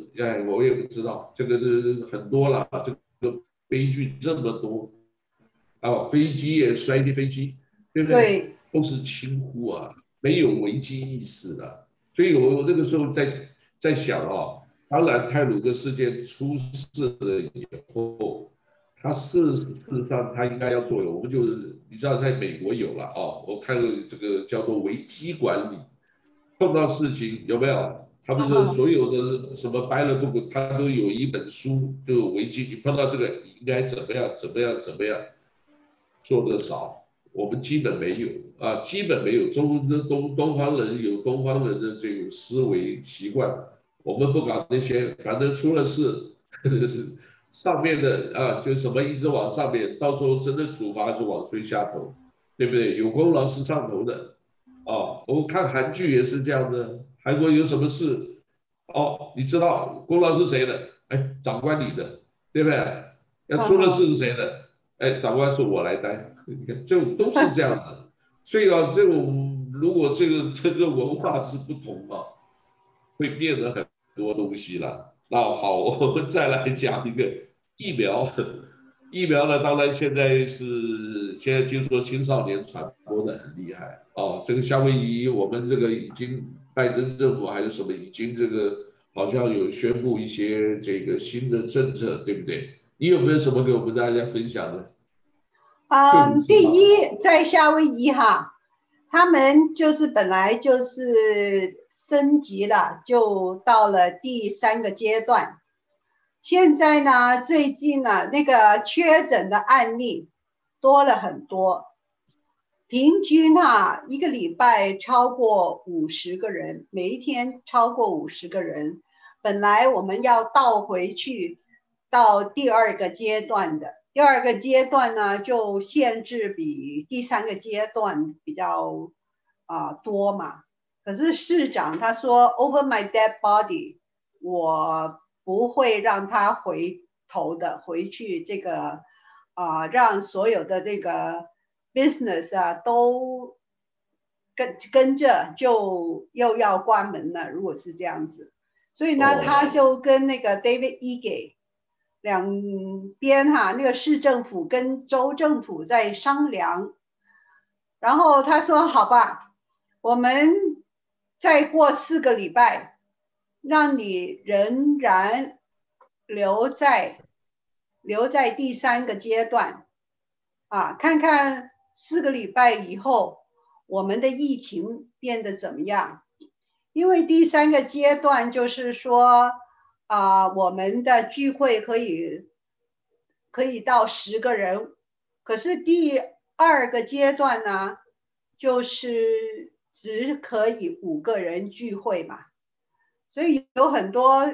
[SPEAKER 1] 哎，我也不知道，这个很多了，这个悲剧这么多啊，飞机也摔飞飞机，对不对？
[SPEAKER 2] 对，
[SPEAKER 1] 都是轻忽啊，没有危机意识的。所以我那个时候在在想啊，当然泰鲁格事件出事了以后。他事事实上他应该要做的，我们就是你知道，在美国有了哦，我看过这个叫做危机管理，碰到事情有没有？他们是
[SPEAKER 2] 啊，
[SPEAKER 1] 所有的什么掰了不管，他都有一本书，就有危机，你碰到这个应该怎么样怎么样怎么样，做的少，我们基本没有啊，基本没有。中东东方人有东方人的这种思维习惯，我们不搞那些，反正出了事，是上面的啊，就什么一直往上面，到时候真的处罚就往谁下头，对不对？有功劳是上头的啊。我们看韩剧也是这样的，韩国有什么事，哦，你知道功劳是谁的？哎，长官你的，对不对？要出了事
[SPEAKER 2] 哈哈，
[SPEAKER 1] 是谁的？哎，长官是我来担，你看这种都是这样的。所以啊，这种如果这个这个文化是不同啊，会变得很多东西了。那好，我们再来讲一个疫苗。疫苗呢，当然现在是现在听说青少年传播的很厉害哦。这个夏威夷，我们这个已经拜登政府还有什么已经这个好像有宣布一些这个新的政策，对不对？你有没有什么给我们大家分享的？就你
[SPEAKER 2] 嗯，
[SPEAKER 1] 知道，
[SPEAKER 2] 第一在夏威夷哈，他们就是本来就是升级了，就到了第三个阶段。现在呢，最近呢，那个确诊的案例多了很多，平均哈一个礼拜超过五十个人，每一天超过五十个人。本来我们要倒回去到第二个阶段的，第二个阶段呢就限制比第三个阶段比较啊、呃多嘛。可是市长他说 over my dead body，我不会让他回头的回去这个啊、呃让所有的这个 business 啊都跟跟着就又要关门了。如果是这样子，所以呢，他
[SPEAKER 1] 哦，
[SPEAKER 2] 就跟那个 David Ige 两边哈，那个市政府跟州政府在商量，然后他说：“好吧，我们再过四个礼拜，让你仍然留在留在第三个阶段啊，看看四个礼拜以后我们的疫情变得怎么样。因为第三个阶段就是说啊，我们的聚会可以可以到十个人，可是第二个阶段呢，就是只可以五个人聚会嘛。所以有很多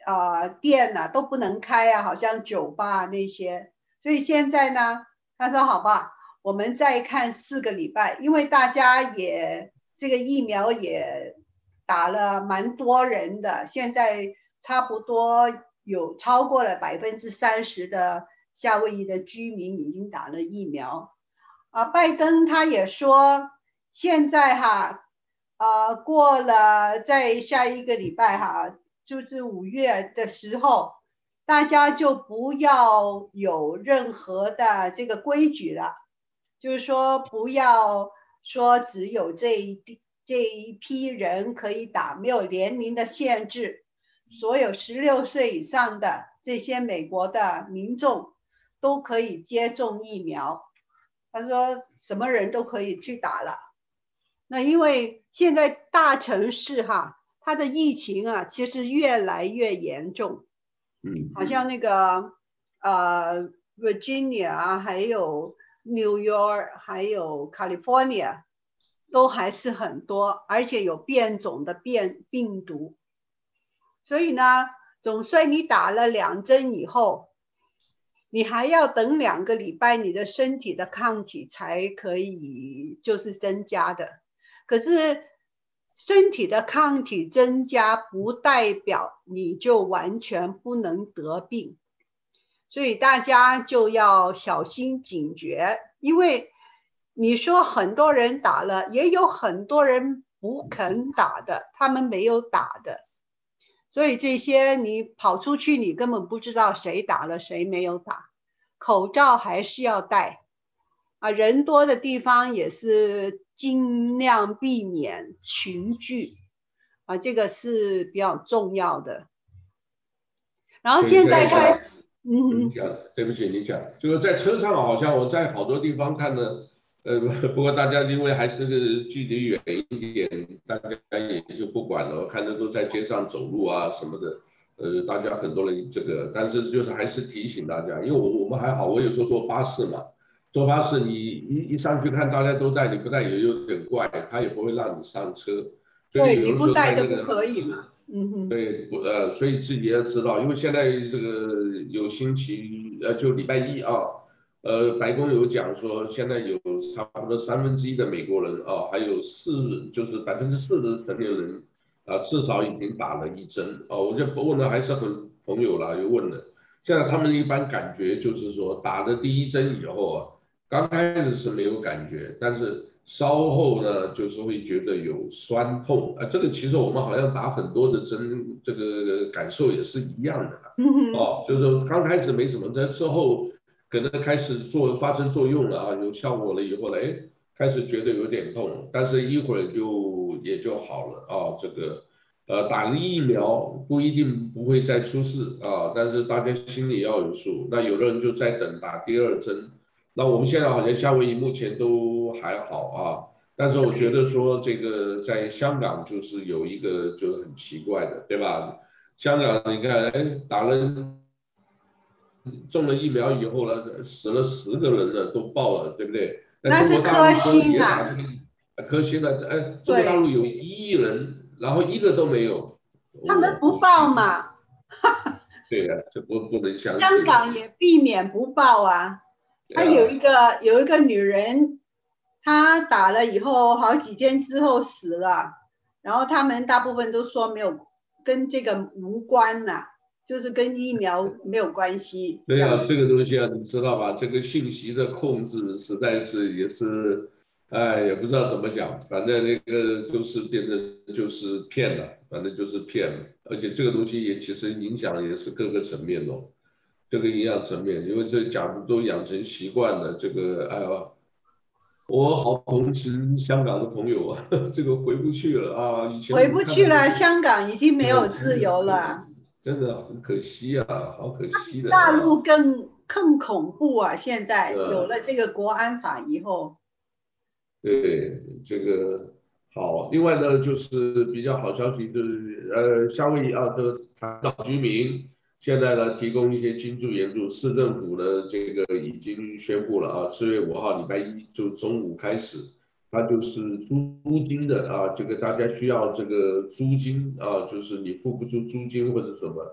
[SPEAKER 2] 呃店啊都不能开啊，好像酒吧那些。所以现在呢，他说好吧，我们再看四个礼拜，因为大家也这个疫苗也打了蛮多人的，现在差不多有超过了百分之三十的夏威夷的居民已经打了疫苗。啊，拜登他也说，现在哈，呃，过了在下一个礼拜哈，就是五月的时候，大家就不要有任何的这个规矩了，就是说不要说只有这一这一批人可以打，没有年龄的限制，所有十六岁以上的这些美国的民众都可以接种疫苗。他说什么人都可以去打了。那因为现在大城市哈，它的疫情啊，其实越来越严重。
[SPEAKER 1] 嗯，
[SPEAKER 2] 好像那个呃 Virginia 啊，还有 New York，还有 California，都还是很多，而且有变种的变病毒。所以呢，总算你打了两针以后，你还要等两个礼拜，你的身体的抗体才可以就是增加的。可是身体的抗体增加不代表你就完全不能得病，所以大家就要小心警觉。因为你说很多人打了，也有很多人不肯打的，他们没有打的。所以这些你跑出去，你根本不知道谁打了谁没有打。口罩还是要戴啊，人多的地方也是尽量避免群聚啊，这个是比较重要的。然后现在开，嗯，
[SPEAKER 1] 你讲，对不起，你讲，就是在车上，好像我在好多地方看的，呃，不过大家因为还是个距离远一点，大家也就不管了。我看的都在街上走路啊什么的，呃，大家很多人这个，但是就是还是提醒大家，因为我我们还好，我有时候坐巴士嘛，坐巴士你一一上去看大家都戴，你不戴也有点怪，他也不会让你上车，所以
[SPEAKER 2] 对，你不
[SPEAKER 1] 有的时候
[SPEAKER 2] 戴就不
[SPEAKER 1] 在那个。
[SPEAKER 2] 可以嘛。嗯哼，
[SPEAKER 1] 对，不呃，所以自己要知道，因为现在这个有星期呃，就礼拜一啊，呃，白宫有讲说，现在有差不多三分之一的美国人啊，还有四就是百分之四的成年人啊，至少已经打了一针啊。我就问了，还是很朋友啦，又问了，现在他们一般感觉就是说，打了第一针以后啊，刚开始是没有感觉，但是稍后呢，就是会觉得有酸痛啊，这个其实我们好像打很多的针，这个感受也是一样的
[SPEAKER 2] 嗯哼，
[SPEAKER 1] 哦，就是说刚开始没什么，在之后可能开始做发生作用了啊，有效果了以后呢，哎，开始觉得有点痛，但是一会儿就也就好了啊，这个呃打了疫苗不一定不会再出事啊，但是大家心里要有数，那有的人就在等打第二针。那我们现在好像夏威夷目前都还好啊，但是我觉得说这个在香港就是有一个就是很奇怪的，对吧？香港你看，哎，打了中了疫苗以后呢，死了十个人了，都爆了，对不对？那
[SPEAKER 2] 那
[SPEAKER 1] 中国大陆
[SPEAKER 2] 是科
[SPEAKER 1] 说
[SPEAKER 2] 兴啊。
[SPEAKER 1] 也打这个科兴了，哎，中国大陆
[SPEAKER 2] 对，
[SPEAKER 1] 有一亿人，然后一个都没有，
[SPEAKER 2] 他们
[SPEAKER 1] 我
[SPEAKER 2] 不
[SPEAKER 1] 我其实
[SPEAKER 2] 报嘛，
[SPEAKER 1] 对呀、这不不能相
[SPEAKER 2] 香
[SPEAKER 1] 信，
[SPEAKER 2] 港也避免不报啊。他有
[SPEAKER 1] 对呀、
[SPEAKER 2] 一个有一个女人，她打了以后好几天之后死了，然后他们大部分都说没有跟这个无关呐、就是跟疫苗没有关系这
[SPEAKER 1] 对呀，
[SPEAKER 2] 样子。
[SPEAKER 1] 这个东西啊，你知道吧？这个信息的控制实在是也是，哎，也不知道怎么讲，反正那个都是变成就是骗了，反正就是骗了，而且这个东西也其实影响也是各个层面哦，各个营养层面，因为这假如都养成习惯了，这个哎呀，我好同情香港的朋友啊，这个回不去了啊，以前我
[SPEAKER 2] 回
[SPEAKER 1] 们
[SPEAKER 2] 不去了，
[SPEAKER 1] 看的都是
[SPEAKER 2] 香港已经没有
[SPEAKER 1] 对，
[SPEAKER 2] 自由了。
[SPEAKER 1] 真的很可惜啊，好可惜的
[SPEAKER 2] 大
[SPEAKER 1] 啊。
[SPEAKER 2] 陆更更恐怖啊！现在有
[SPEAKER 1] 呃，
[SPEAKER 2] 了这个国安法以后，
[SPEAKER 1] 对，这个好。另外呢，就是比较好消息，就是呃，夏威夷啊的海岛居民现在呢提供一些经助援助，市政府呢这个已经宣布了啊，四月五号礼拜一就中午开始，它就是租租金的啊，这个大家需要这个租金啊，就是你付不出租金或者什么，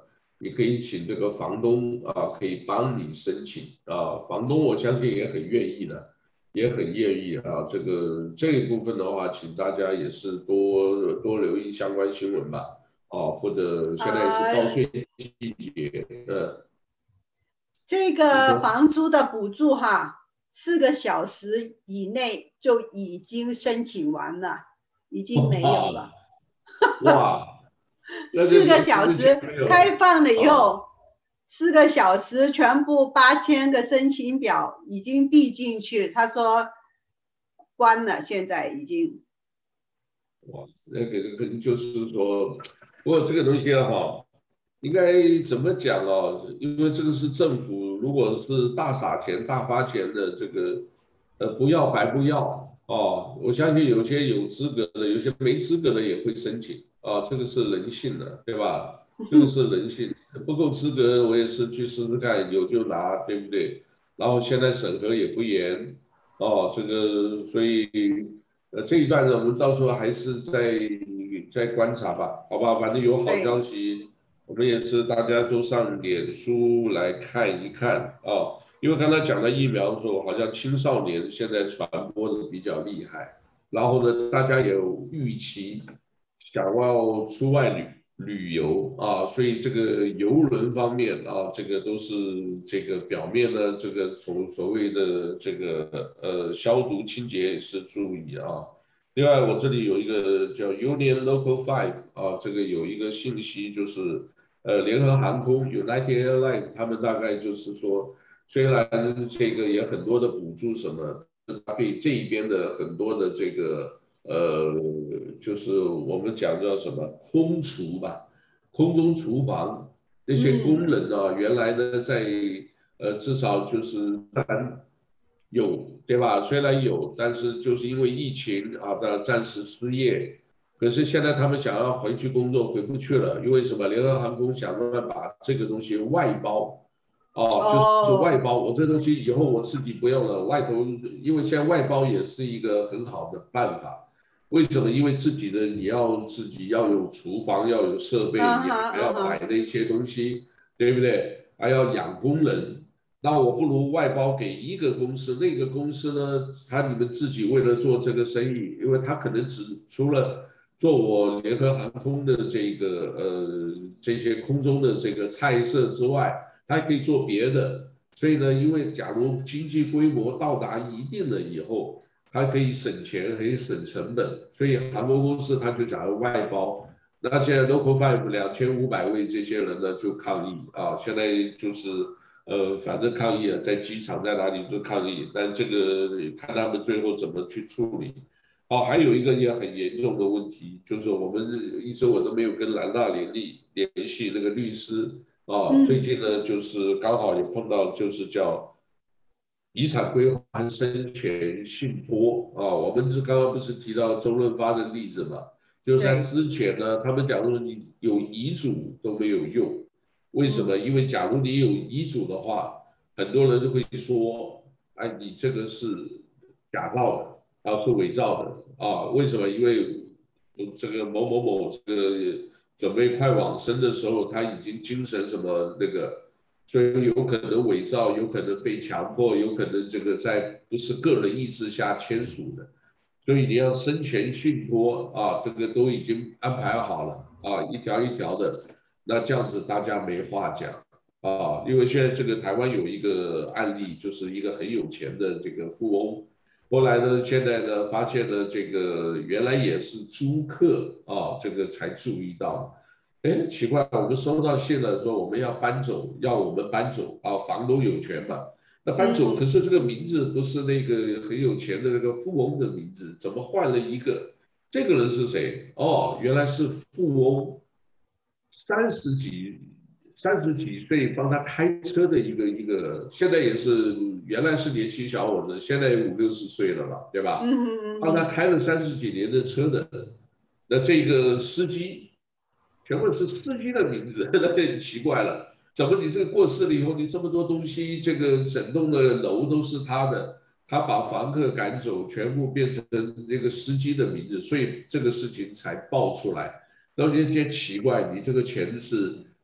[SPEAKER 1] 你可以请这个房东啊，可以帮你申请啊，房东我相信也很愿意的，也很愿意啊。这个这一部分的话，请大家也是多多留意相关新闻吧，啊，或者现在也是报
[SPEAKER 2] 呃，
[SPEAKER 1] 税季节，呃，
[SPEAKER 2] 这个
[SPEAKER 1] 你说，
[SPEAKER 2] 房租的补助哈，四个小时以内就已经申请完了，已经没有
[SPEAKER 1] 哇
[SPEAKER 2] 了。
[SPEAKER 1] 哇，那就
[SPEAKER 2] 四个
[SPEAKER 1] 年轻之前
[SPEAKER 2] 小时
[SPEAKER 1] 没有了
[SPEAKER 2] 开放了以
[SPEAKER 1] 啊。
[SPEAKER 2] 后，四个小时全部八千个申请表已经递进去，他说关了，现在已经。
[SPEAKER 1] 哇，那个可能就是说，不过这个东西哈，应该怎么讲啊？因为这个是政府，如果是大撒钱、大发钱的这个，呃，不要白不要哦。我相信有些有资格的，有些没资格的也会申请啊，这个是人性的，对吧？这个是人性，不够资格我也是去试试看，有就拿，对不对？然后现在审核也不严哦，这个所以。呃，这一段呢，我们到时候还是再再观察吧，好吧？反正有好消
[SPEAKER 2] 对，
[SPEAKER 1] 息，我们也是大家都上脸书来看一看啊。因为刚才讲的疫苗的时候，好像青少年现在传播的比较厉害，然后呢，大家也有预期想要出外旅旅游啊，所以这个游轮方面啊，这个都是这个表面呢，这个所所谓的这个呃消毒清洁是注意啊。另外，我这里有一个叫 Union Local Five 啊，这个有一个信息就是，呃，联合航空 United Airlines 他们大概就是说，虽然这个也很多的补助什么，对这一边的很多的这个呃，就是我们讲叫什么空厨吧，空中厨房那些工
[SPEAKER 2] 嗯
[SPEAKER 1] 人啊，原来呢在呃至少就是有，对吧？虽然有，但是就是因为疫情啊，的暂时失业。可是现在他们想要回去工作，回不去了，因为什么？联合航空想办法把这个东西外包，哦，就是外
[SPEAKER 2] 哦，
[SPEAKER 1] 包。我这东西以后我自己不用了，外头，因为现在外包也是一个很好的办法。为什么？因为自己的你要自己要有厨房，要有设备，你
[SPEAKER 2] 嗯哼
[SPEAKER 1] 还要买
[SPEAKER 2] 嗯哼，
[SPEAKER 1] 那些东西，对不对？还要养工人。那我不如外包给一个公司，那个公司呢，他你们自己为了做这个生意，因为他可能只除了做我联合航空的这个呃这些空中的这个菜色之外，他还可以做别的。所以呢，因为假如经济规模到达一定了以后，它可以省钱，可以省成本，所以航空公司他就想要外包。那现在 Local Five 两千五百位这些人呢就抗议啊，现在就是呃，反正抗议了，在机场在哪里都抗议，但这个看他们最后怎么去处理。哦，还有一个也很严重的问题，就是我们一直我都没有跟兰纳联系联系那个律师啊，最
[SPEAKER 2] 嗯，
[SPEAKER 1] 近呢就是刚好也碰到，就是叫遗产规划和生前信托啊。我们是刚刚不是提到周润发的例子嘛，就是他
[SPEAKER 2] 对，
[SPEAKER 1] 之前呢，他们假如你有遗嘱都没有用，为什么？
[SPEAKER 2] 嗯
[SPEAKER 1] 因为假如你有遗嘱的话，很多人都会说，哎，你这个是假造的，啊，是伪造的啊？为什么？因为这个某某某这个准备快往生的时候，他已经精神什么那个。所以有可能伪造，有可能被强迫，有可能这个在不是个人意志下签署的，所以你要生前信托啊，这个都已经安排好了啊，一条一条的，那这样子大家没话讲啊，因为现在这个台湾有一个案例，就是一个很有钱的这个富翁，后来呢，现在呢发现了这个原来也是租客啊，这个才注意到。哎，奇怪，我们收到信了，说我们要搬走，要我们搬走啊，房东有权嘛？那搬走，可
[SPEAKER 2] 嗯，
[SPEAKER 1] 是这个名字不是那个很有钱的那个富翁的名字，怎么换了一个？这个人是谁？哦，原来是富翁，三十几、三十几岁帮他开车的一个一个，现在也是原来是年轻小伙子，现在五六十岁了嘛，对吧？
[SPEAKER 2] 嗯嗯
[SPEAKER 1] 帮他
[SPEAKER 2] 嗯
[SPEAKER 1] 开了三十几年的车的，那这个司机。全部是司机的名字，那很奇怪了。怎么你这个过世了以后，你这么多东西，这个整栋的楼都是他的，他把房客赶走，全部变成那个司机的名字，所以这个事情才爆出来。然后人家奇怪，你这个钱是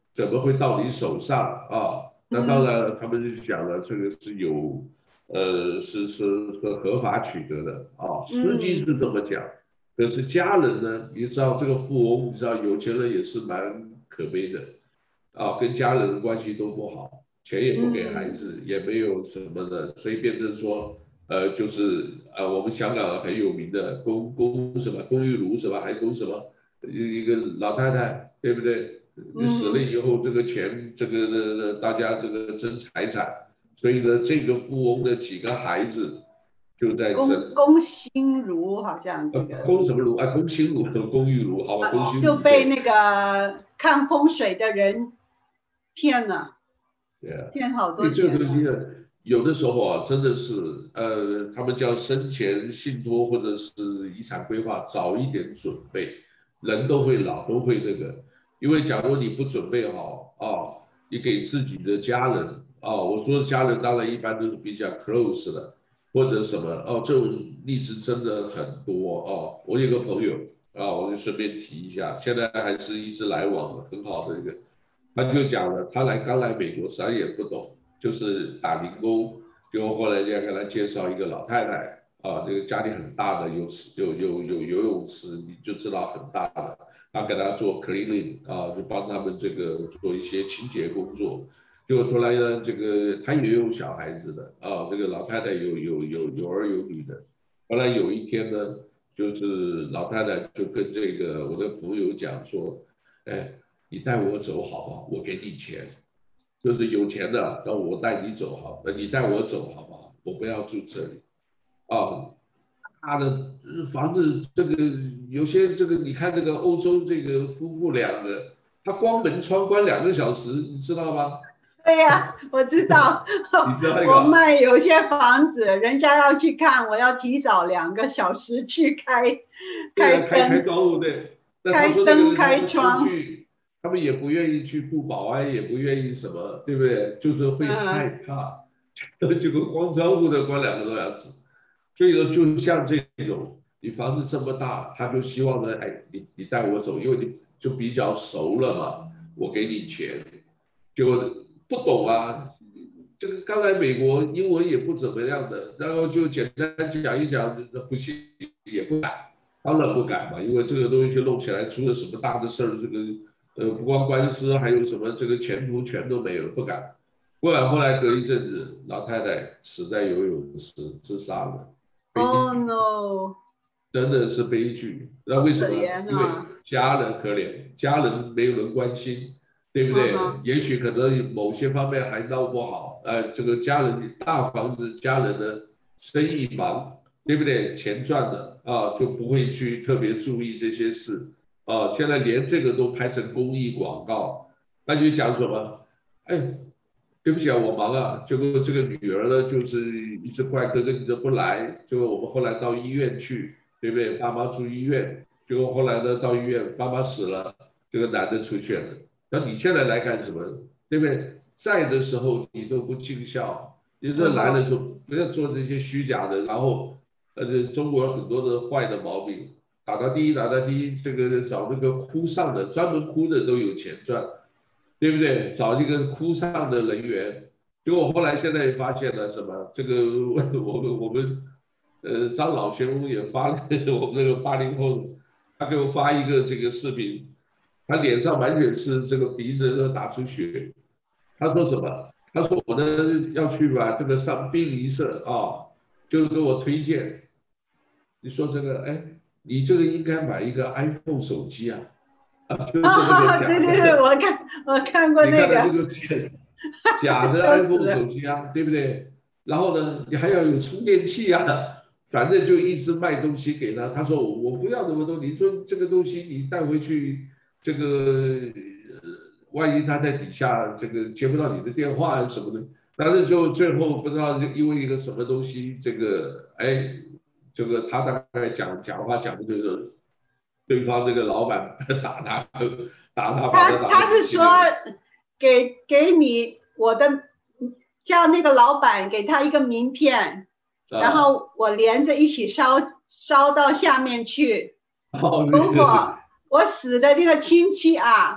[SPEAKER 1] 怎么会到你手上啊？那当然，他们就讲了，这个是有，呃，是是是合法取得的啊，实际是这么讲。可是家人呢，你知道这个富翁，你知道有钱人也是蛮可悲的啊，跟家人的关系都不好，钱也不给孩子，也没有什么的，所以变成说，呃，就是呃，我们香港很有名的龚龚什么龚玉茹是吧？还龚什么一个老太太，对不对？你死了以后，这个钱，这个呃大家这个争财产，所以呢，这个富翁的几个孩子就在争。
[SPEAKER 2] 龚龚心如好像
[SPEAKER 1] 呃，
[SPEAKER 2] 这个，
[SPEAKER 1] 龚什么茹啊？龚心如和龚玉茹，好吧，龚心如对。
[SPEAKER 2] 就被那个看风水的人骗了，
[SPEAKER 1] 对啊，
[SPEAKER 2] 骗好
[SPEAKER 1] 所以这个
[SPEAKER 2] 多钱了。
[SPEAKER 1] 东西呢，有的时候啊，真的是呃，他们叫生前信托或者是遗产规划，早一点准备，人都会老，都会那个。因为假如你不准备好啊，你给自己的家人啊，我说的家人当然一般都是比较 close 的，或者什么哦，这种例子真的很多哦。我有个朋友啊，我就顺便提一下，现在还是一直来往的，很好的一个。他就讲了，他来刚来美国，啥也不懂，就是打零工，结果后来人家给他介绍一个老太太啊，这个家里很大的，有有有有游泳池，你就知道很大的，他给他做 cleaning 啊，就帮他们这个做一些清洁工作。结果后来呢，这个他也有小孩子的啊，这个老太太有有有有儿有女的。后来有一天呢，就是老太太就跟这个我的朋友讲说，哎。你带我走好不好？我给你钱，就是有钱的，让我带你走好，你带我走好不好？我不要住这里啊。他的房子这个有些这个，你看这个欧洲这个夫妇两个，他关门窗关两个小时，你知道吗？
[SPEAKER 2] 对呀、啊，我知道。
[SPEAKER 1] 你知道那个？
[SPEAKER 2] 我卖有些房子，人家要去看，我要提早两个小时去开，
[SPEAKER 1] 开
[SPEAKER 2] 开
[SPEAKER 1] 开窗户对。那他
[SPEAKER 2] 开
[SPEAKER 1] 说那个
[SPEAKER 2] 灯，
[SPEAKER 1] 人他们出
[SPEAKER 2] 开窗。
[SPEAKER 1] 去，他们也不愿意去雇保安，也不愿意什么，对不对？就是会害怕，结果关窗户的关两个多小时。所以说，就像这种，你房子这么大，他就希望呢，哎，你你带我走，因为你就比较熟了嘛，我给你钱。结果不懂啊，这个刚来美国，英文也不怎么样的，然后就简单讲一讲，不信也不敢，当然不敢嘛，因为这个东西弄起来出了什么大的事儿，这个呃不光官司，还有什么这个前途全都没有，不敢。果然后来隔一阵子，老太太死在游泳池自杀了。
[SPEAKER 2] Oh no！
[SPEAKER 1] 真的是悲剧。那为什么？因为
[SPEAKER 2] 啊、
[SPEAKER 1] 家人可怜，家人没有人关心，对不对？
[SPEAKER 2] 嗯、
[SPEAKER 1] 也许可能某些方面还闹不好，呃，这个家人大房子，家人的生意忙，对不对？钱赚了啊，就不会去特别注意这些事啊。现在连这个都拍成公益广告，那就讲什么？哎，对不起啊，我忙啊。结果这个女儿呢，就是一直怪哥哥你怎么不来？结果我们后来到医院去。对不对？爸妈住医院，结果后来呢，到医院，爸妈死了，这个男的出现了。那你现在来干什么？对不对？在的时候你都不尽孝，你这来的时候不要做这些虚假的，然后呃，中国很多的坏的毛病，打到第一，打到第一，这个找那个哭丧的，专门哭的都有钱赚，对不对？找一个哭丧的人员，结果后来现在发现了什么？这个我们我们。呃，张老先生也发了我们那个八零后，他给我发一个这个视频，他脸上完全是这个鼻子都打出血。他说什么？他说我呢要去把这个上殡仪社啊，就给我推荐。你说这个，哎，你这个应该买一个 iPhone 手机啊，啊，就是那个假的。
[SPEAKER 2] 对对对，我看我看过那个。
[SPEAKER 1] 你看到这个假的 iPhone 手机啊，对不对？然后呢，你还要有充电器啊。反正就一直卖东西给他，他说我不要那么多，你说这个东西你带回去，这个、呃、万一他在底下这个接不到你的电话什么的，但是就最后不知道因为一个什么东西，这个哎，这个他大概讲讲话讲的这个，对方这个老板打他打他把他打
[SPEAKER 2] 他他是说给给你我的叫那个老板给他一个名片。然后我连着一起烧烧到下面去。
[SPEAKER 1] 哦、
[SPEAKER 2] 如果我死的那个亲戚啊，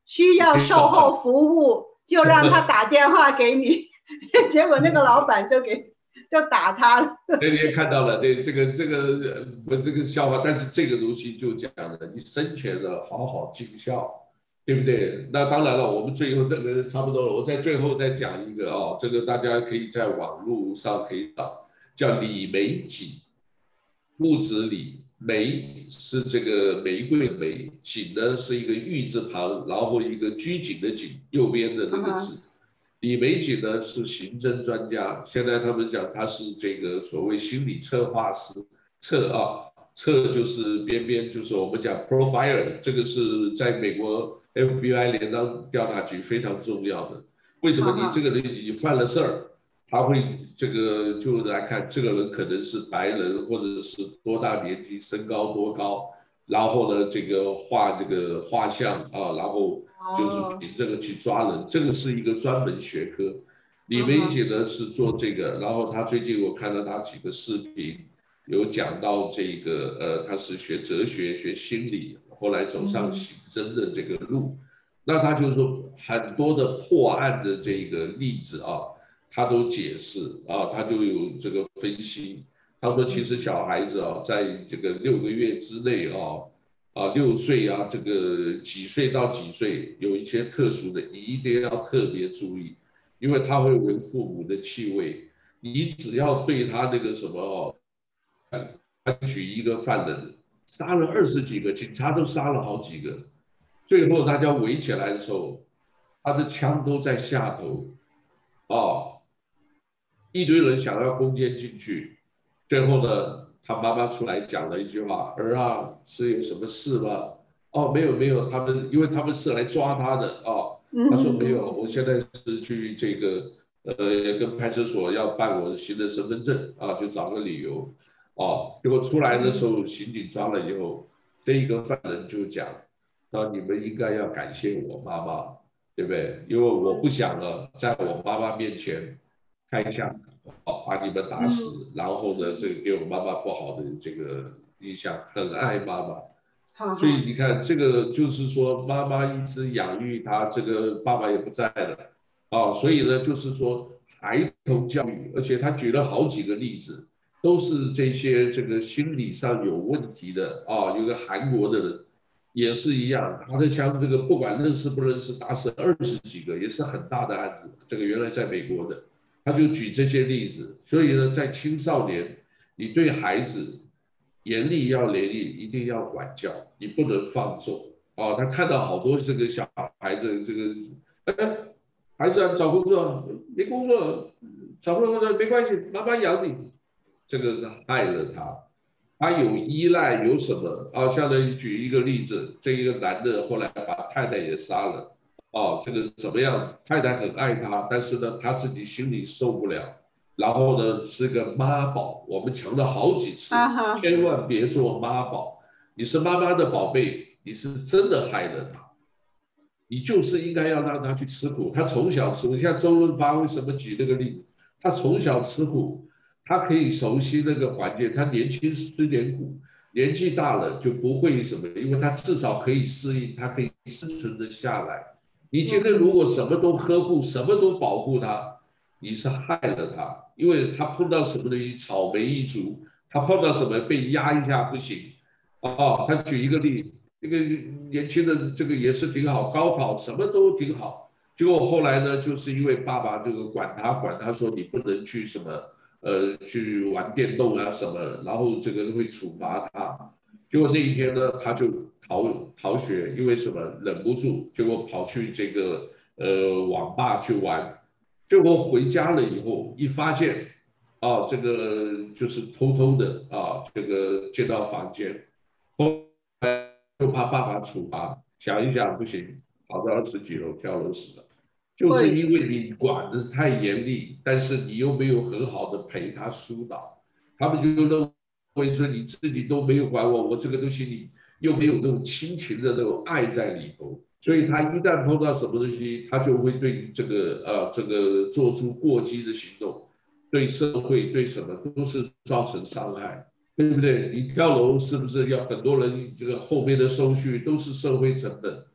[SPEAKER 2] 需要售后服务，就让他打电话给你，结果那个老板就给就打他了。
[SPEAKER 1] 那天看到了，对这个这个我这个笑话，但是这个东西就讲了，你生前呢好好尽孝，对不对？那当然了，我们最后这个差不多了，我在最后再讲一个哦，这个大家可以在网络上可以找，叫李玫瑾，木子李，玫是这个玫瑰的玫，瑾呢是一个玉字旁，然后一个拘谨的谨，右边的那个字。李玫瑾呢是刑侦专家，现在他们讲他是这个所谓心理策划师，策啊策就是边边就是我们讲 profiler， 这个是在美国 F B I 联邦调查局非常重要的。为什么你这个人你犯了事儿，他会这个就来看这个人可能是白人或者是多大年纪，身高多高，然后呢这个画这个画像啊，然后。就是凭这个去抓人，这个是一个专门学科。李玫瑾呢是做这个，然后他最近我看到他几个视频，有讲到这个呃，他是学哲学、学心理，后来走上刑侦的这个路。那他就说很多的破案的这个例子啊，他都解释啊，他就有这个分析。他说其实小孩子啊，在这个六个月之内啊。啊，六岁啊，这个几岁到几岁有一些特殊的，你一定要特别注意，因为他会闻父母的气味。你只要对他那个什么哦，他举一个犯人，杀了二十几个，警察都杀了好几个，最后大家围起来的时候，他的枪都在下头，哦，一堆人想要攻坚进去，最后呢？他妈妈出来讲了一句话：“儿啊，是有什么事吗？”哦，没有没有，他们因为他们是来抓他的哦。他说没有，我现在是去这个呃跟派出所要办我的新的身份证啊，就找个理由哦。结果出来的时候，刑警抓了以后，这一个犯人就讲：“啊，你们应该要感谢我妈妈，对不对？因为我不想了，在我妈妈面前开枪。”哦，把你们打死，嗯、然后呢，这个给我妈妈不好的这个印象，很爱妈妈，好好所以你看，这个就是说，妈妈一直养育他，这个爸爸也不在了，啊，所以呢，就是说孩童教育，而且他举了好几个例子，都是这些这个心理上有问题的啊，有个韩国的人也是一样，拿着枪，这个不管认识不认识，打死二十几个，也是很大的案子，这个原来在美国的。他就举这些例子，所以呢，在青少年，你对孩子严厉要严厉，一定要管教，你不能放纵哦。他看到好多这个小孩子，这个哎，孩子啊，找工作没工作，找工作没关系，妈妈养你，这个是害了他。他有依赖，有什么啊？像呢，举一个例子，这一个男的后来把太太也杀了。哦，这个怎么样？太太很爱他，但是呢，他自己心里受不了。然后呢，是个妈宝，我们强调好几次，千万别做妈宝。你是妈妈的宝贝，你是真的害了他。你就是应该要让他去吃苦。他从小吃苦，像周润发为什么举那个例子？他从小吃苦，他可以熟悉那个环境。他年轻吃点苦，年纪大了就不会什么，因为他至少可以适应，他可以生存得下来。你今天如果什么都呵护，什么都保护他，你是害了他，因为他碰到什么东西草莓一族，他碰到什么被压一下不行。哦，他举一个例，这个年轻人这个也是挺好，高考什么都挺好，结果后来呢，就是因为爸爸这个管他管他说你不能去什么呃去玩电动啊什么，然后这个会处罚他。结果那一天呢，他就逃逃学，因为什么忍不住，结果跑去这个呃网吧去玩，结果回家了以后一发现，啊这个就是偷偷的啊这个进到房间，后来就怕爸爸处罚，想一想不行，跑到二十几楼跳楼死了，就是因为你管得太严厉，但是你又没有很好的陪他疏导，他们就认为说你自己都没有管我，我这个东西你又没有那种亲情的那种爱在里头，所以他一旦碰到什么东西，他就会对这个呃这个做出过激的行动，对社会对什么都是造成伤害，对不对？你跳楼是不是要很多人这个后面的收续都是社会成本？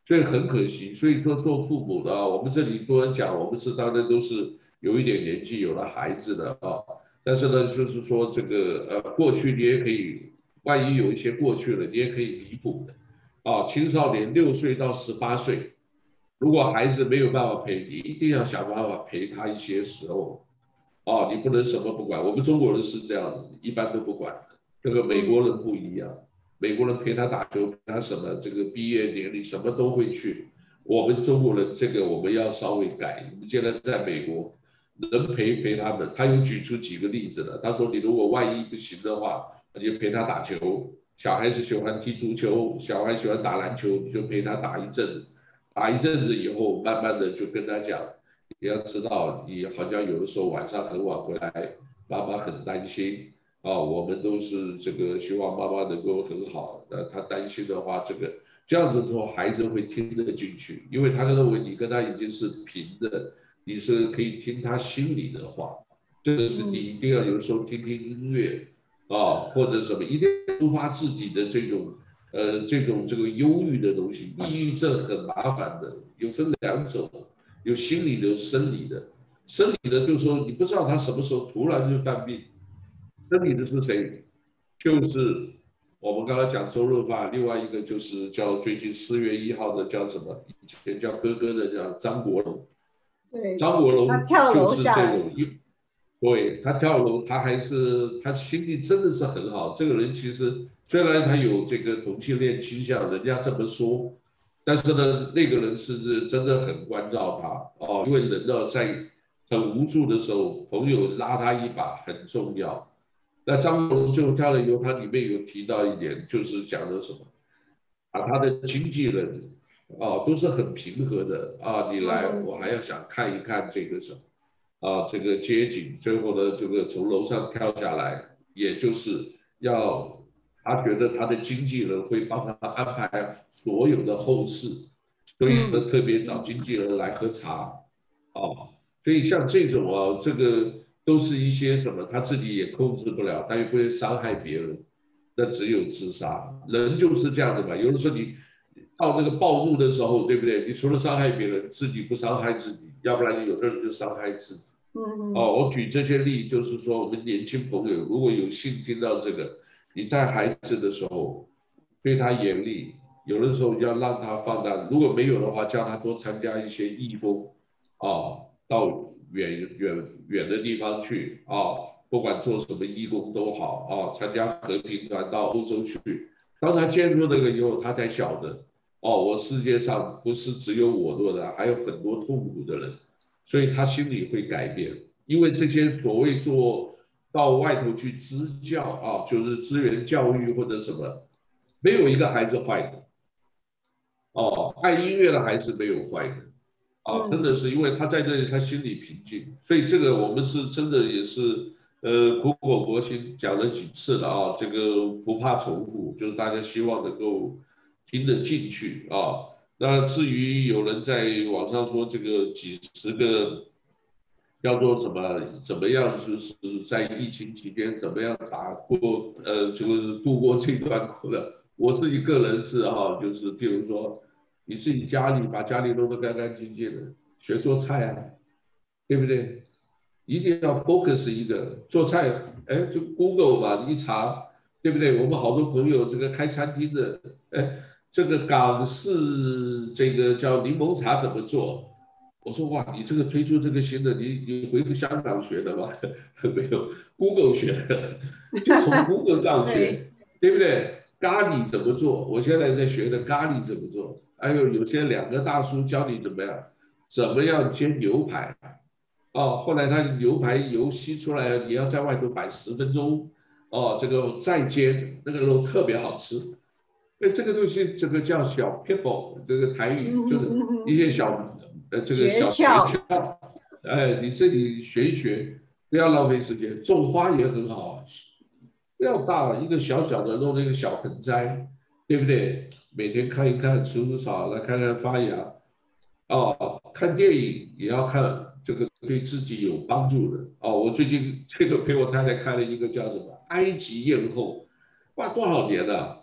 [SPEAKER 1] 所以很可惜。所以说做父母的啊，我们这里多人讲，我们是当然都是有一点年纪有了孩子的啊，但是呢，就是说这个呃过去你也可以，万一有一些过去了，你也可以弥补的啊。青少年六岁到十八岁，如果孩子没有办法陪，你一定要想办法陪他一些时候。哦，你不能什么不管。我们中国人是这样的，一般都不管的。这个美国
[SPEAKER 2] 嗯
[SPEAKER 1] 人不一样，美国人陪他打球，陪他什么，这个毕业典礼什么都会去。我们中国人这个我们要稍微改。我们现在在美国能陪陪他们，他有举出几个例子了。他说你如果万一不行的话，你就陪他打球。小孩子喜欢踢足球，小孩喜欢打篮球，你就陪他打一阵子，打一阵子以后，慢慢的就跟他讲。你要知道，你好像有的时候晚上很晚回来，妈妈很担心啊。我们都是这个希望妈妈能够很好，呃，他担心的话，这个这样子之后，孩子会听得进去，因为他认为你跟他已经是平的，你是可以听他心里的话。这个是你
[SPEAKER 2] 嗯
[SPEAKER 1] 一定要有的时候听听音乐啊，或者什么，一定要抒发自己的这种呃这种这个忧郁的东西。抑郁症很麻烦的，有分两种。有心理的，有生理的。生理的就是说你不知道他什么时候突然就犯病。生理的是谁？就是我们刚才讲周润发，另外一个就是叫最近四月一号的叫什么？以前叫哥哥的叫张国荣。
[SPEAKER 2] 对，
[SPEAKER 1] 张国荣
[SPEAKER 2] 他跳
[SPEAKER 1] 就是
[SPEAKER 2] 楼下来，
[SPEAKER 1] 这种一，对，他跳楼，他还是他心地真的是很好。这个人其实虽然他有这个同性恋倾向，人家这么说，但是呢，那个人是真的很关照他哦。因为人呢在很无助的时候，朋友拉他一把很重要。那张国荣最后跳了以后，他里面有提到一点，就是讲的什么啊，他的经纪人啊都是很平和的啊，你来我还
[SPEAKER 2] 嗯
[SPEAKER 1] 要想看一看这个什么。啊，这个街景，最后呢，这个从楼上跳下来，也就是要他觉得他的经纪人会帮他安排所有的后事，所以呢，
[SPEAKER 2] 嗯
[SPEAKER 1] 特别找经纪人来喝茶。哦，所以像这种啊，这个都是一些什么，他自己也控制不了，但又不会伤害别人，那只有自杀。人就是这样的嘛，有的时候你到那个暴怒的时候，对不对？你除了伤害别人，自己不伤害自己，要不然有的人就伤害自己。
[SPEAKER 2] 嗯
[SPEAKER 1] 哦，我举这些例，就是说我们年轻朋友如果有幸听到这个，你带孩子的时候对他严厉，有的时候要让他放大，如果没有的话，叫他多参加一些义工。啊，到远远远的地方去啊，不管做什么义工都好啊，参加和平团到欧洲去。当他接触那个以后，他才晓得哦，我世界上不是只有我做的，还有很多痛苦的人。所以他心里会改变。因为这些所谓做到外头去支教啊，就是资源教育或者什么，没有一个孩子坏的。哦，爱音乐的孩子没有坏的。啊，真的
[SPEAKER 2] 嗯
[SPEAKER 1] 是因为他在这里，他心里平静。所以这个我们是真的也是呃苦口婆心讲了几次了啊，这个不怕重复，就是大家希望能够听得进去啊。那至于有人在网上说这个几十个叫做怎么怎么样，就是在疫情期间怎么样打过呃，就是度过这段苦的。我自己个人是哈、啊，就是比如说你自己家里把家里弄得干干净净的，学做菜啊，对不对？一定要 focus 一个做菜，哎，就 Google 嘛，一查，对不对？我们好多朋友这个开餐厅的，哎，这个港式这个叫柠檬茶怎么做？我说哇，你这个推出这个新的，你你回香港学的吧？没有，Google 学的，就从 Google 上
[SPEAKER 2] 对，
[SPEAKER 1] 学，对不对？咖喱怎么做？我现在在学的咖喱怎么做？还有有些两个大叔教你怎么样，怎么样煎牛排。哦，后来他牛排油吸出来，你要在外头摆十分钟。哦，这个再煎，那个肉特别好吃。那这个东西，这个叫小 people，这个台语就
[SPEAKER 2] 嗯
[SPEAKER 1] 是一些
[SPEAKER 2] 嗯
[SPEAKER 1] 小呃这个
[SPEAKER 2] 诀
[SPEAKER 1] 小诀
[SPEAKER 2] 窍，
[SPEAKER 1] 窍。哎，你这里学一学，不要浪费时间。种花也很好啊，不要大一个小小的弄那个小盆栽，对不对？每天看一看，除除草，来看看发芽。哦，看电影也要看这个对自己有帮助的。哦，我最近这个陪我太太看了一个叫什么《埃及艳后》，哇，多少年了？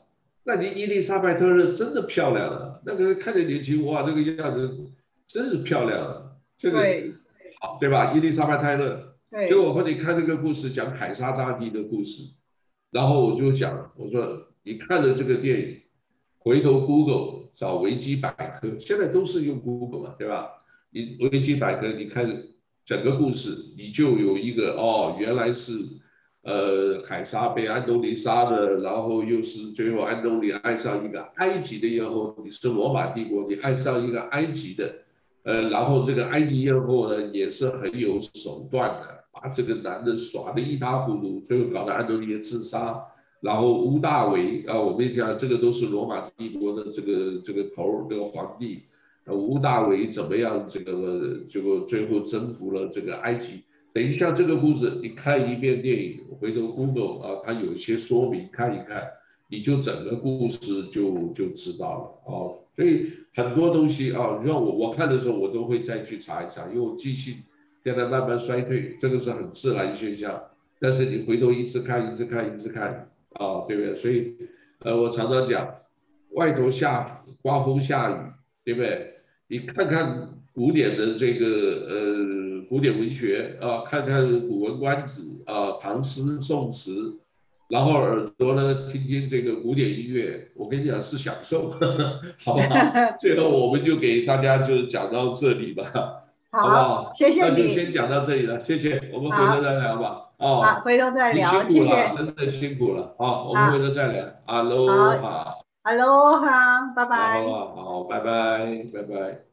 [SPEAKER 1] 那你伊丽莎白特勒真的漂亮了，那个看着年轻哇，这个样子真是漂亮了，这个
[SPEAKER 2] 对
[SPEAKER 1] 好对吧？伊丽莎白泰勒，结
[SPEAKER 2] 对，
[SPEAKER 1] 果我和你看这个故事，讲凯撒大帝的故事，然后我就想，我说你看了这个电影，回头 Google 找维基百科，现在都是用 Google 嘛，对吧？你维基百科，你看整个故事，你就有一个哦，原来是呃凯撒被安东尼杀的，然后又是最后安东尼爱上一个埃及的艳后，你是罗马帝国，你爱上一个埃及的，呃，然后这个埃及艳后呢也是很有手段的，把这个男的耍得一塌糊涂，最后搞得安东尼自杀。然后屋大维啊，我跟你讲，这个都是罗马帝国的这个这个头，这个皇帝，呃，屋大维怎么样？这个结果最后征服了这个埃及。等一下，这个故事你看一遍电影，回头 Google 啊，它有一些说明，看一看，你就整个故事就就知道了哦。所以很多东西啊，让我我看的时候，我都会再去查一查，因为我记性现在慢慢衰退，这个是很自然现象。但是你回头一直看，一直看，一直看，啊，对不对？所以，呃，我常常讲，外头下刮风下雨，对不对？你看看古典的这个呃古典文学啊，看看《古文观止》啊，唐诗宋词，然后耳朵呢听听这个古典音乐，我跟你讲是享受，呵呵好不好？最后我们就给大家就讲到这里吧，好不
[SPEAKER 2] 好，
[SPEAKER 1] 好？
[SPEAKER 2] 谢谢
[SPEAKER 1] 那就先
[SPEAKER 2] 你，
[SPEAKER 1] 讲到这里了，谢谢，我们回头
[SPEAKER 2] 好，
[SPEAKER 1] 再聊吧。
[SPEAKER 2] 好，
[SPEAKER 1] 哦。
[SPEAKER 2] 回头再
[SPEAKER 1] 你
[SPEAKER 2] 聊，
[SPEAKER 1] 辛苦了，
[SPEAKER 2] 谢谢，
[SPEAKER 1] 真的辛苦了。好，我们回
[SPEAKER 2] 好，
[SPEAKER 1] 头再聊。哈喽，
[SPEAKER 2] 好
[SPEAKER 1] 好，
[SPEAKER 2] ，Hello 哈，拜
[SPEAKER 1] 好，好，
[SPEAKER 2] 拜。
[SPEAKER 1] 好，好，拜拜，拜拜。